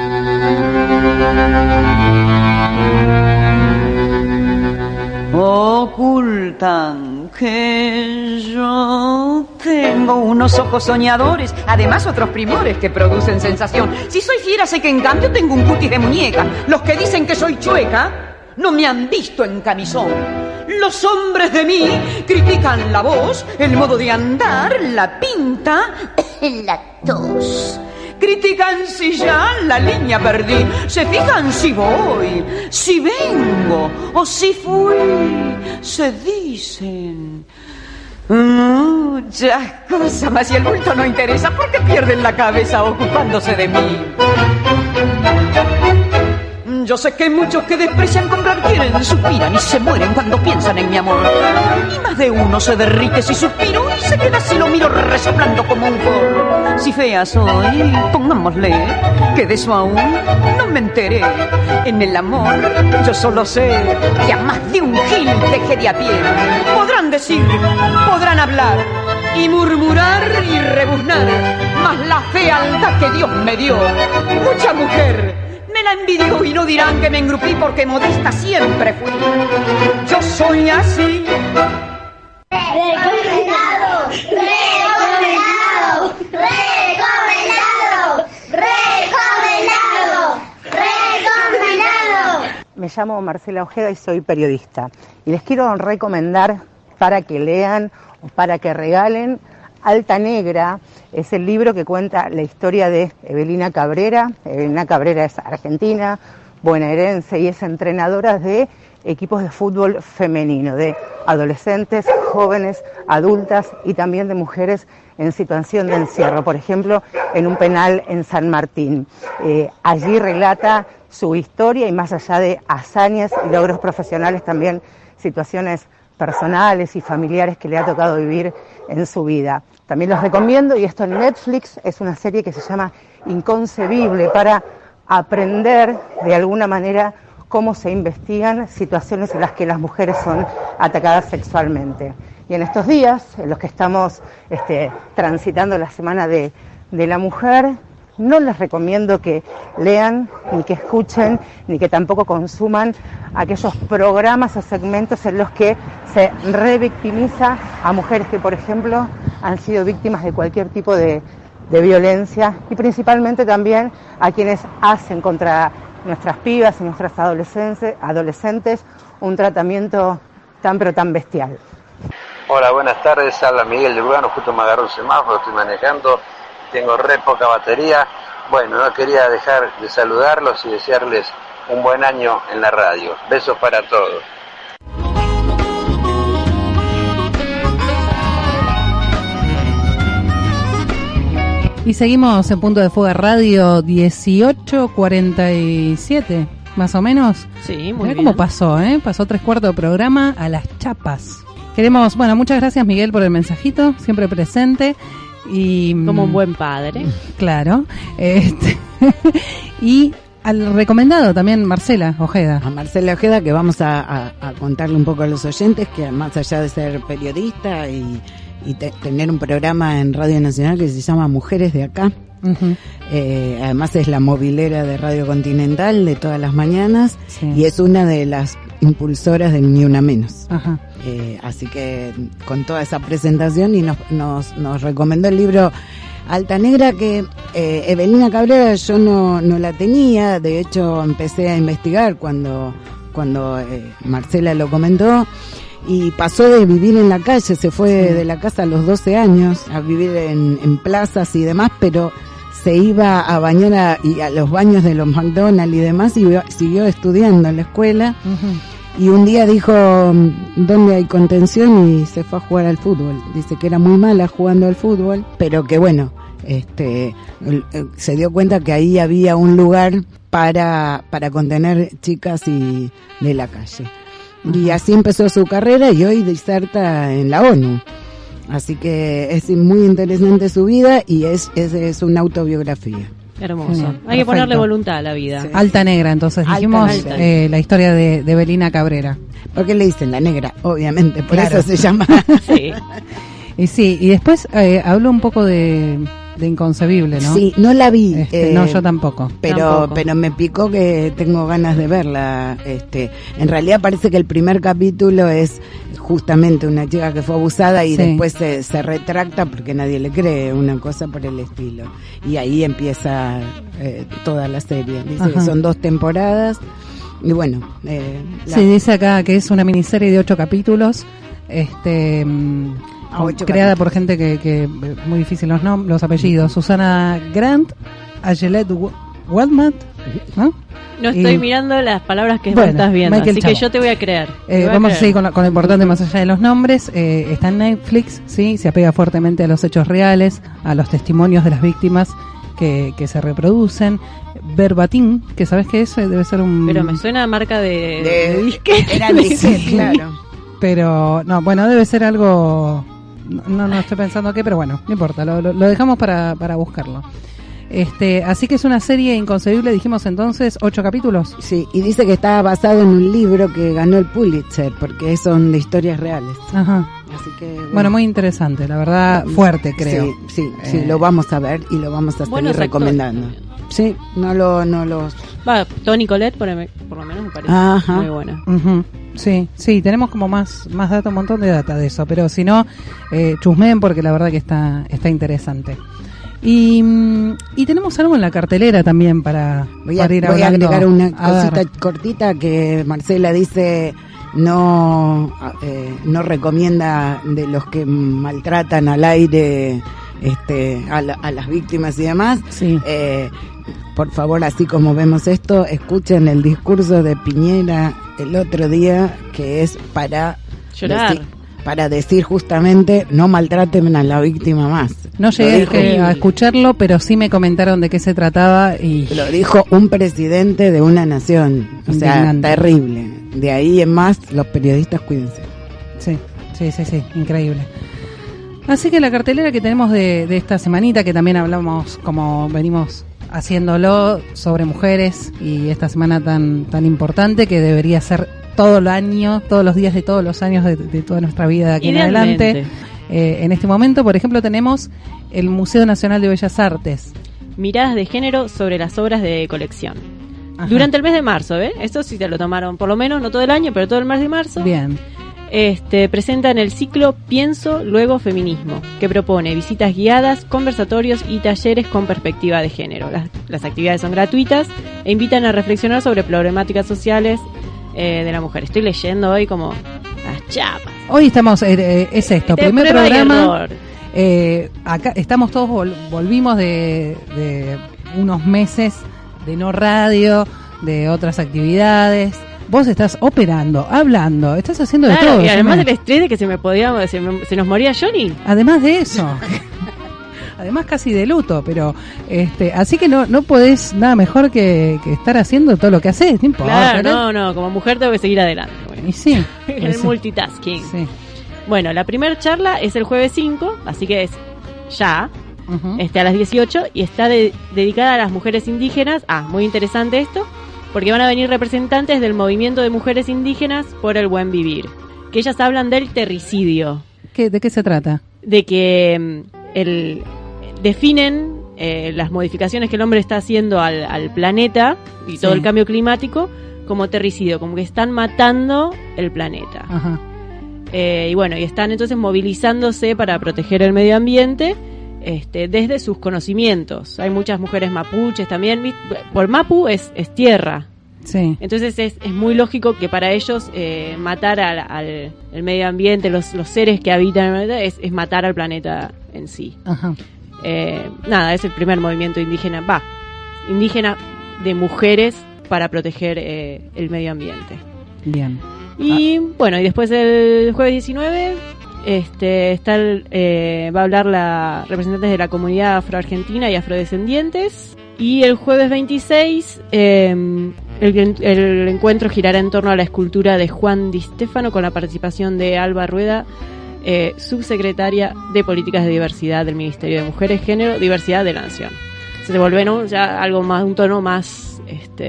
Ocultan que yo tengo unos ojos soñadores, además otros primores que producen sensación. Si soy fiera sé que en cambio tengo un cutis de muñeca. Los que dicen que soy chueca no me han visto en camisón. Los hombres de mí critican la voz, el modo de andar, la pinta, la tos. Critican si ya la línea perdí, se fijan si voy, si vengo o si fui. Se dicen muchas cosas, mas si el bulto no interesa, ¿por qué pierden la cabeza ocupándose de mí? Yo sé que muchos que desprecian comprar quieren, suspiran y se mueren cuando piensan en mi amor. Y más de uno se derrite si suspiro y se queda si lo miro resoplando como un forro. Si fea soy, pongámosle, que de eso aún no me enteré. En el amor yo solo sé que a más de un gil dejé de a pie. Podrán decir, podrán hablar y murmurar y rebuznar, mas la fealdad que Dios me dio, mucha mujer me la envidió y no dirán que me engrupí porque modesta siempre fui. Yo soy así.
Recomendado, recomendado, recomendado, recomendado, recomendado.
Me llamo Marcela Ojeda y soy periodista. Y les quiero recomendar para que lean o para que regalen Alta Negra. Es el libro que cuenta la historia de Evelina Cabrera. Evelina Cabrera es argentina, bonaerense y es entrenadora de equipos de fútbol femenino, de adolescentes, jóvenes, adultas y también de mujeres en situación de encierro, por ejemplo, en un penal en San Martín. Allí relata su historia y más allá de hazañas y logros profesionales, también situaciones personales y familiares que le ha tocado vivir en su vida. También los recomiendo, y esto en Netflix, es una serie que se llama Inconcebible, para aprender de alguna manera cómo se investigan situaciones en las que las mujeres son atacadas sexualmente. Y en estos días, en los que estamos transitando la Semana de la Mujer, no les recomiendo que lean, ni que escuchen, ni que tampoco consuman aquellos programas o segmentos en los que se revictimiza a mujeres que, por ejemplo, han sido víctimas de cualquier tipo de violencia, y principalmente también a quienes hacen contra nuestras pibas y nuestras adolescentes un tratamiento tan pero tan bestial.
Hola, buenas tardes, habla Miguel de Lugano, justo me agarró un semáforo, estoy manejando, tengo re poca batería. Bueno, no quería dejar de saludarlos y desearles un buen año en la radio. Besos para todos.
Y seguimos en Punto de Fuga Radio 18:47, más o menos.
Sí, muy bien.
¿Cómo pasó, Pasó 3/4 de programa a las chapas. Queremos, muchas gracias Miguel por el mensajito, siempre presente. Y
como un buen padre.
Claro. Y al recomendado también Marcela Ojeda.
A Marcela Ojeda, que vamos a contarle un poco a los oyentes que más allá de ser periodista y tener un programa en Radio Nacional que se llama Mujeres de Acá. Uh-huh. Además es la movilera de Radio Continental de todas las mañanas, sí. Y es una de las impulsoras del Ni Una Menos. Uh-huh. Así que con toda esa presentación y nos recomendó el libro Alta Negra, que Evelina Cabrera yo no la tenía, de hecho empecé a investigar cuando Marcela lo comentó. Y pasó de vivir en la calle, se fue de la casa a los 12 años a vivir en plazas y demás, pero se iba a bañar a los baños de los McDonald's y demás, y siguió estudiando en la escuela. Uh-huh. Y un día dijo, ¿dónde hay contención? Y se fue a jugar al fútbol. Dice que era muy mala jugando al fútbol, pero que bueno, se dio cuenta que ahí había un lugar para contener chicas y de la calle. Y así empezó su carrera y hoy diserta en la ONU. Así que es muy interesante su vida y es una autobiografía.
Hermoso. Hay perfecto. Que ponerle voluntad a la vida. Sí.
Alta Negra, entonces dijimos alta. La historia de Evelina Cabrera.
¿Por qué le dicen la negra? Obviamente, por eso se llama.
Sí. Y después habló un poco de Inconcebible, ¿no?
Sí, no la vi.
No, yo tampoco.
Pero me picó que tengo ganas de verla. En realidad parece que el primer capítulo es justamente una chica que fue abusada y después se retracta porque nadie le cree, una cosa por el estilo. Y ahí empieza toda la serie. Dice que son 2 temporadas. Y bueno.
Sí, dice acá que es una miniserie de 8 capítulos. Creada por gente que muy difícil los apellidos. Susana Grant, Ayelet Waldman, ¿no?
No estoy mirando las palabras que estás viendo, Michael así Chavo. Que yo te voy a creer.
Vamos a seguir con lo importante más allá de los nombres. Está en Netflix, sí, se apega fuertemente a los hechos reales, a los testimonios de las víctimas que se reproducen. Verbatim, que sabes que eso debe ser un...
Pero me suena a marca de disque.
Era disque, claro.
Pero, no, bueno, debe ser algo... No estoy pensando qué, pero bueno, no importa, lo dejamos para buscarlo. Así que es una serie inconcebible, dijimos entonces, 8 capítulos.
Sí, y dice que está basado en un libro que ganó el Pulitzer, porque son de historias reales.
Ajá.
Así que
bueno, muy interesante, la verdad, fuerte, creo.
Sí, lo vamos a ver y lo vamos a seguir recomendando. Sí, no los...
Toni Collette por lo menos me parece muy buena.
Uh-huh. Sí, tenemos como más data, un montón de data de eso, pero si no, chusmeen porque la verdad que está interesante. Y tenemos algo en la cartelera también para ir hablando.
Voy a agregar una cosita cortita que Marcela dice, no recomienda de los que maltratan al aire a las víctimas y demás.
Sí.
Por favor, así como vemos esto, escuchen el discurso de Piñera el otro día, que es para
llorar,
para decir justamente no maltraten a la víctima más.
No llegué a escucharlo, pero sí me comentaron de qué se trataba y
lo dijo un presidente de una nación, o sea, terrible. De ahí en más, los periodistas cuídense.
Sí, increíble. Así que la cartelera que tenemos de esta semanita, que también hablamos como venimos haciéndolo sobre mujeres y esta semana tan importante que debería ser todo el año, todos los días de todos los años de toda nuestra vida de aquí en adelante. En este momento, por ejemplo, tenemos el Museo Nacional de Bellas Artes.
miradas de género sobre las obras de colección. Ajá. Durante el mes de marzo, esto sí te lo tomaron, por lo menos, no todo el año, pero todo el mes de marzo.
Bien.
Presentan el ciclo Pienso, Luego Feminismo, que propone visitas guiadas, conversatorios y talleres con perspectiva de género. Las actividades son gratuitas e invitan a reflexionar sobre problemáticas sociales de la mujer. Estoy leyendo hoy como las chapas.
Hoy estamos, es esto, primer programa. Acá estamos todos, volvimos de unos meses de no radio, de otras actividades. Vos estás operando, hablando, estás haciendo de todo.
Y además del estrés de que se nos moría Johnny.
Además de eso. Además casi de luto, pero así que no podés nada mejor que estar haciendo todo lo que haces, no importa.
Claro, no, como mujer tengo que seguir adelante. Bueno.
Y sí.
El multitasking. Sí. Bueno, la primera charla es el jueves 5, así que es ya, a las 18, y está dedicada a las mujeres indígenas. Muy interesante esto. Porque van a venir representantes del movimiento de mujeres indígenas por el buen vivir. Que ellas hablan del terricidio.
¿De qué se trata?
De que definen las modificaciones que el hombre está haciendo al planeta y todo el cambio climático como terricidio, como que están matando el planeta. Ajá. Y bueno, y están entonces movilizándose para proteger el medio ambiente desde sus conocimientos. Hay muchas mujeres mapuches también. Por mapu es tierra.
Sí.
Entonces es muy lógico que para ellos matar al medio ambiente, los seres que habitan el planeta, es matar al planeta en sí.
Ajá.
Es el primer movimiento indígena de mujeres para proteger el medio ambiente.
Bien.
Y bueno, y después el jueves 19 va a hablar la representantes de la comunidad afroargentina y afrodescendientes. Y el jueves 26 el encuentro girará en torno a la escultura de Juan Di Stefano, con la participación de Alba Rueda, subsecretaria de Políticas de Diversidad del Ministerio de Mujeres, Género, Diversidad de la Nación. Se vuelve ya algo más, un tono más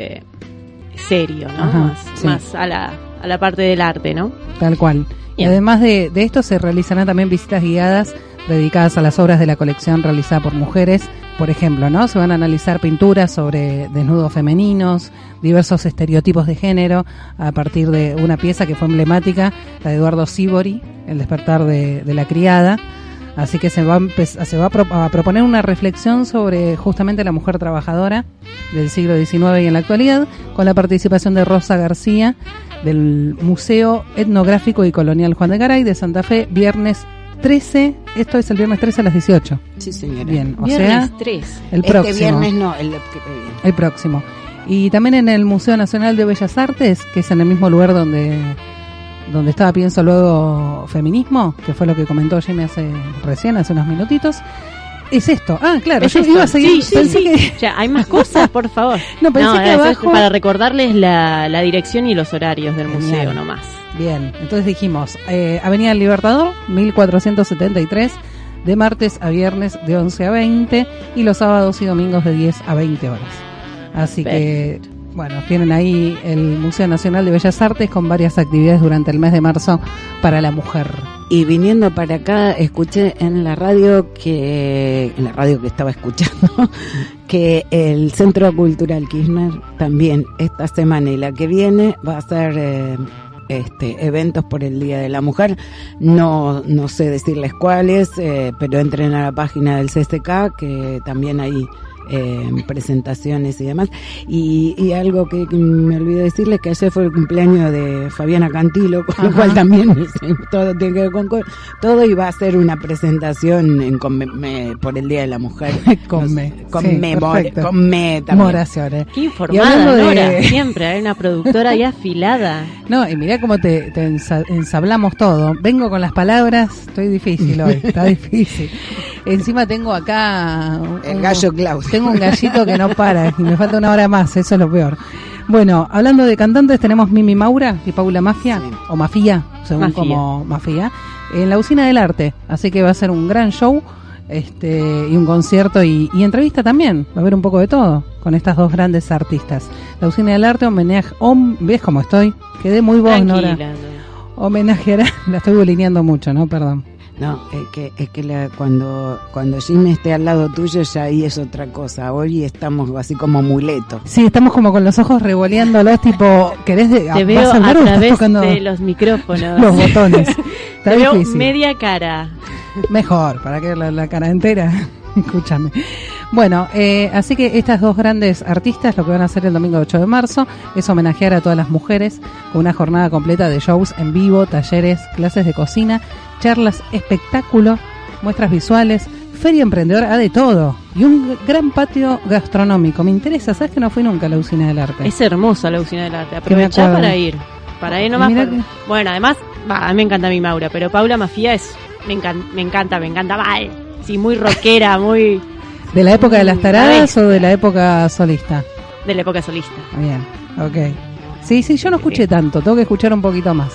serio, ¿no?
Ajá,
más a la parte del arte, ¿no?
Tal cual. Y además de esto se realizarán también visitas guiadas dedicadas a las obras de la colección realizada por mujeres. Por ejemplo, ¿no? Se van a analizar pinturas sobre desnudos femeninos, diversos estereotipos de género, a partir de una pieza que fue emblemática, la de Eduardo Sívori, El despertar de la criada. Así que se va a proponer una reflexión sobre justamente la mujer trabajadora del siglo XIX y en la actualidad, con la participación de Rosa García, del Museo Etnográfico y Colonial Juan de Garay de Santa Fe, viernes 13, esto es el viernes 13 a las 18.
Sí, señora.
Bien,
viernes 3.
El próximo.
Viernes no, el
próximo. Y también en el Museo Nacional de Bellas Artes, que es en el mismo lugar donde estaba Pienso Luego Feminismo, que fue lo que comentó Jimmy hace unos minutitos. Es esto. Claro, yo iba a seguir.
Sí. Ya, hay más cosas, por favor.
Pensé que abajo...
para recordarles la dirección y los horarios del museo nomás.
Bien, entonces dijimos, Avenida del Libertador, 1473, de martes a viernes de 11 a 20 y los sábados y domingos de 10 a 20 horas. Así que, bueno, tienen ahí el Museo Nacional de Bellas Artes con varias actividades durante el mes de marzo para la mujer.
Y viniendo para acá, escuché en la radio que estaba escuchando, que el Centro Cultural Kirchner también esta semana y la que viene va a hacer eventos por el Día de la Mujer. No sé decirles cuáles, pero entren a la página del CCK, que también hay presentaciones y demás. Y algo que me olvidé decirles, que ayer fue el cumpleaños de Fabiana Cantilo, con lo cual también todo tiene que ver con todo, y va a ser una presentación por el Día de la Mujer.
Conmemoraciones.
Qué informada, Nora, siempre hay una productora ahí afilada.
No, y mirá cómo te ensablamos todo. Vengo con las palabras, estoy difícil hoy, está difícil. Encima tengo acá
el gallo Claudio.
Tengo un gallito que no para y me falta una hora más, eso es lo peor. Bueno, hablando de cantantes, tenemos Mimi Maura y Paula Mafia, o Mafia, según como Mafia, en la Usina del Arte. Así que va a ser un gran show y un concierto y entrevista también. Va a haber un poco de todo con estas dos grandes artistas. La Usina del Arte ¿ves cómo estoy? Quedé muy vos, Nora. Homenajeará, la estoy bulineando mucho, ¿no? Perdón.
No, es que cuando Jimmy esté al lado tuyo ya ahí es otra cosa. Hoy estamos así como muletos.
Sí, estamos como con los ojos revoleándolos, tipo, ¿querés
te veo a través de los micrófonos.
Los botones.
Te veo media cara.
Mejor, para que la cara entera. Escúchame. Bueno, así que estas dos grandes artistas lo que van a hacer el domingo 8 de marzo es homenajear a todas las mujeres con una jornada completa de shows en vivo, talleres, clases de cocina, charlas, espectáculo, muestras visuales, feria emprendedora, de todo. Y un gran patio gastronómico. Me interesa, ¿sabes que no fui nunca a la Usina del Arte?
Es hermosa la Usina del Arte, aprovechá para ir. Para ir nomás. Bueno, además, a mí me encanta mi Maura, pero Paula Mafia me encanta, vale. Sí, muy rockera, muy...
¿De la época de las taradas o de la época solista?
De la época solista.
Bien, ok. Sí, yo no escuché tanto, tengo que escuchar un poquito más.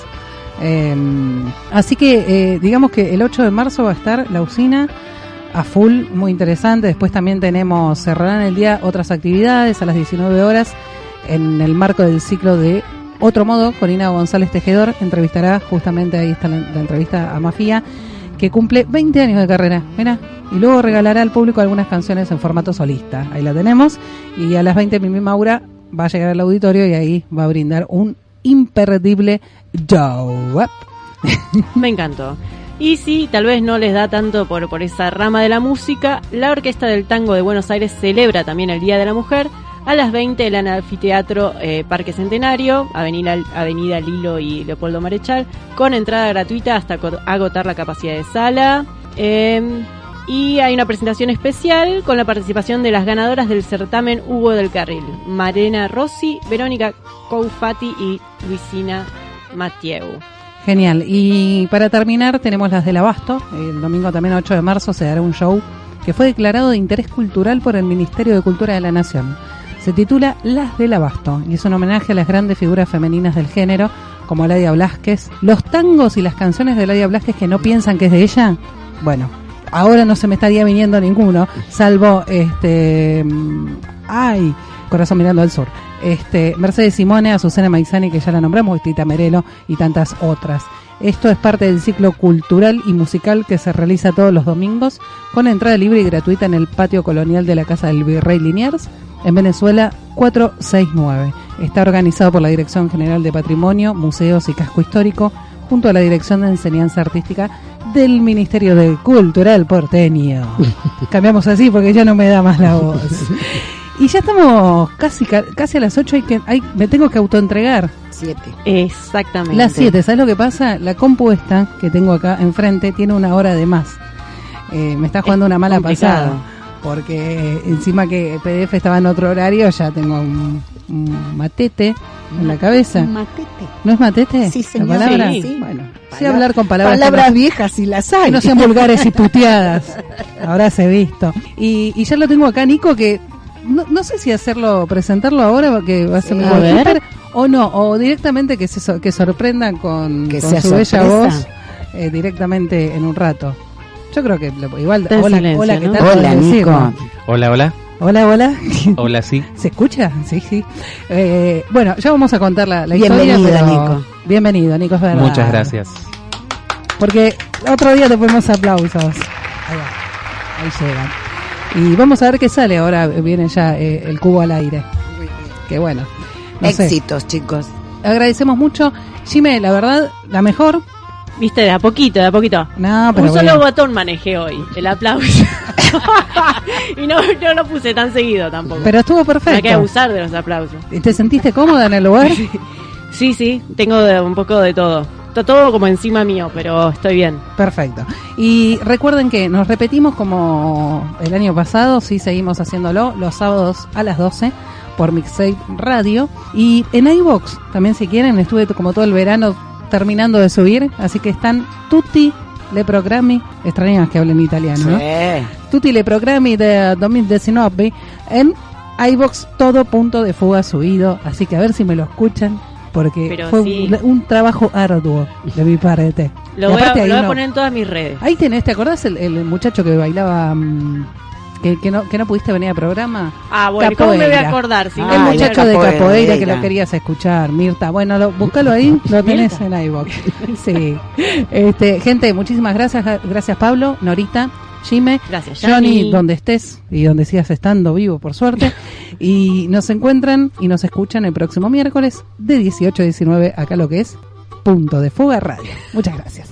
Así que digamos que el 8 de marzo va a estar la Usina a full, muy interesante. Después también cerrarán el día otras actividades a las 19 horas en el marco del ciclo de Otro Modo. Corina González Tejedor entrevistará, justamente ahí está la entrevista a Mafia, que cumple 20 años de carrera, mirá, y luego regalará al público algunas canciones en formato solista. Ahí la tenemos, y a las 20 Mimi Maura va a llegar al auditorio y ahí va a brindar un imperdible show.
Me encantó. Y sí, tal vez no les da tanto por esa rama de la música, la Orquesta del Tango de Buenos Aires celebra también el Día de la Mujer a las 20 en el Anfiteatro Parque Centenario, Avenida Lilo y Leopoldo Marechal, con entrada gratuita hasta agotar la capacidad de sala. Y hay una presentación especial con la participación de las ganadoras del certamen Hugo del Carril, Marena Rossi, Verónica Coufati y Luisina Mathieu.
Genial. Y para terminar tenemos las del Abasto. El domingo también 8 de marzo se dará un show que fue declarado de interés cultural por el Ministerio de Cultura de la Nación. Se titula Las del Abasto y es un homenaje a las grandes figuras femeninas del género como Ladia Blasquez. Los tangos y las canciones de Ladia Blasquez que no piensan que es de ella, bueno, ahora no se me estaría viniendo ninguno, salvo Corazón mirando al sur. Mercedes Simone, Azucena Maizani, que ya la nombramos, Tita Merelo y tantas otras. Esto es parte del ciclo cultural y musical que se realiza todos los domingos con entrada libre y gratuita en el patio colonial de la Casa del Virrey Liniers, en Venezuela 469. Está organizado por la Dirección General de Patrimonio, Museos y Casco Histórico, junto a la Dirección de Enseñanza Artística del Ministerio de Cultural porteño. Cambiamos así porque ya no me da más la voz. Y ya estamos casi a las 8 me tengo que autoentregar.
7.
Exactamente.
Las 7, ¿sabes lo que pasa? La compu esta que tengo acá enfrente tiene una hora de más. Me está jugando una mala pasada. Porque encima que PDF estaba en otro horario, ya tengo un matete en la cabeza.
¿Matete?
¿No es matete?
Sí, señor.
¿La palabra?
Sí.
Bueno, sí, hablar con palabras
viejas y las hay.
Que no sean vulgares y puteadas. Ahora se visto. Y ya lo tengo acá, Nico, que no sé si presentarlo ahora, porque va a ser muy Twitter, o no, o directamente que sorprendan con su bella voz directamente en un rato. Yo creo que igual. Hola, ¿qué tal?
Hola, Nico.
Hola.
Hola.
Hola, sí.
¿Se escucha? Sí. Bueno, ya vamos a contar la
historia. Bienvenido, Nico.
Bienvenido, Nico, es verdad.
Muchas gracias.
Porque otro día te ponemos aplausos. Ahí llegan. Y vamos a ver qué sale. Ahora viene ya el cubo al aire. Que bueno.
Éxitos, chicos.
Agradecemos mucho. Jimé, la verdad, la mejor.
Viste, de a poquito.
No, pero
un solo botón manejé hoy, el aplauso. Y no lo puse tan seguido tampoco.
Pero estuvo perfecto.
Hay que abusar de los aplausos.
¿Te sentiste cómoda en el lugar?
Sí, tengo un poco de todo. Está todo como encima mío, pero estoy bien.
Perfecto. Y recuerden que nos repetimos como el año pasado, sí seguimos haciéndolo, los sábados a las 12 por Mixtape Radio. Y en iVoox también, si quieren, estuve como todo el verano terminando de subir, así que están tutti le programmi, extrañas que hablen italiano, ¿no? Tutti le programmi de 2019 en iVoox, todo punto de fuga subido, así que a ver si me lo escuchan, porque pero fue sí, un trabajo arduo de mi parte.
Lo voy a poner en todas mis redes.
Ahí tenés, ¿te acordás el muchacho que bailaba que no pudiste venir al programa.
Bueno, capoeira. ¿Cómo me voy a acordar? Si
el muchacho de capoeira que lo querías escuchar, Mirta. Bueno, búscalo ahí, lo tenés en iVoox. Sí. Gente, muchísimas gracias. Gracias, Pablo, Norita, Jime,
gracias,
Johnny, donde estés y donde sigas estando vivo, por suerte. Y nos encuentran y nos escuchan el próximo miércoles de 18 a 19, acá lo que es Punto de Fuga Radio. Muchas gracias.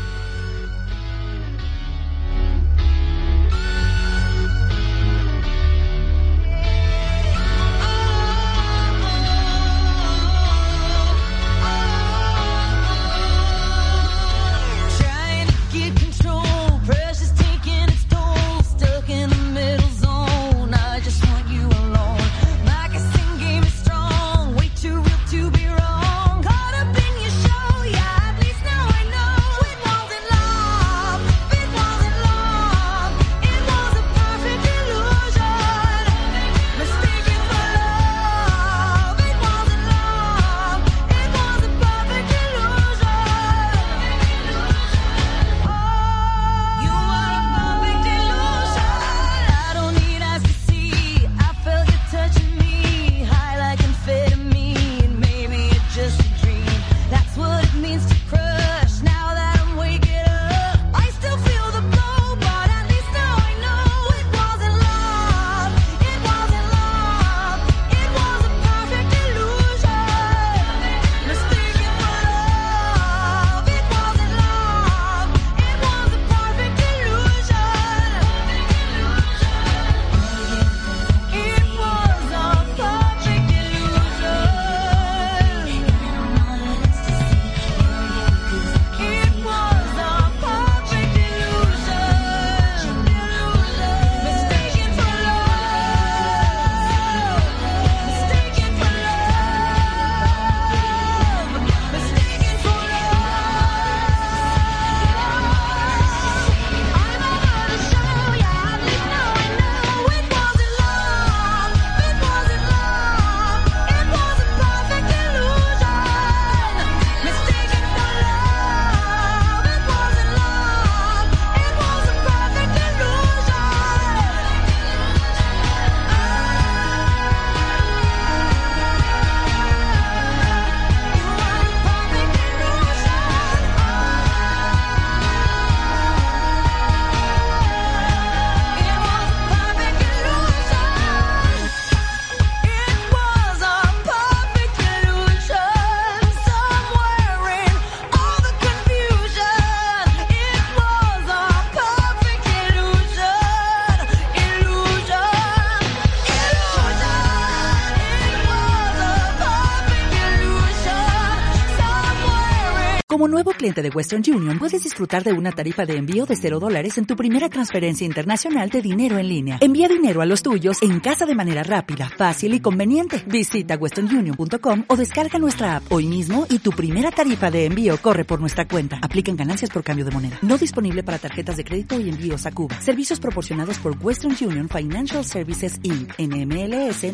Como nuevo cliente de Western Union, puedes disfrutar de una tarifa de envío de $0 en tu primera transferencia internacional de dinero en línea. Envía dinero a los tuyos en casa de manera rápida, fácil y conveniente. Visita westernunion.com o descarga nuestra app hoy mismo y tu primera tarifa de envío corre por nuestra cuenta. Aplican ganancias por cambio de moneda. No disponible para tarjetas de crédito y envíos a Cuba. Servicios proporcionados por Western Union Financial Services Inc. NMLS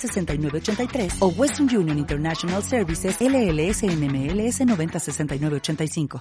906983 o Western Union International Services LLS NMLS 906985.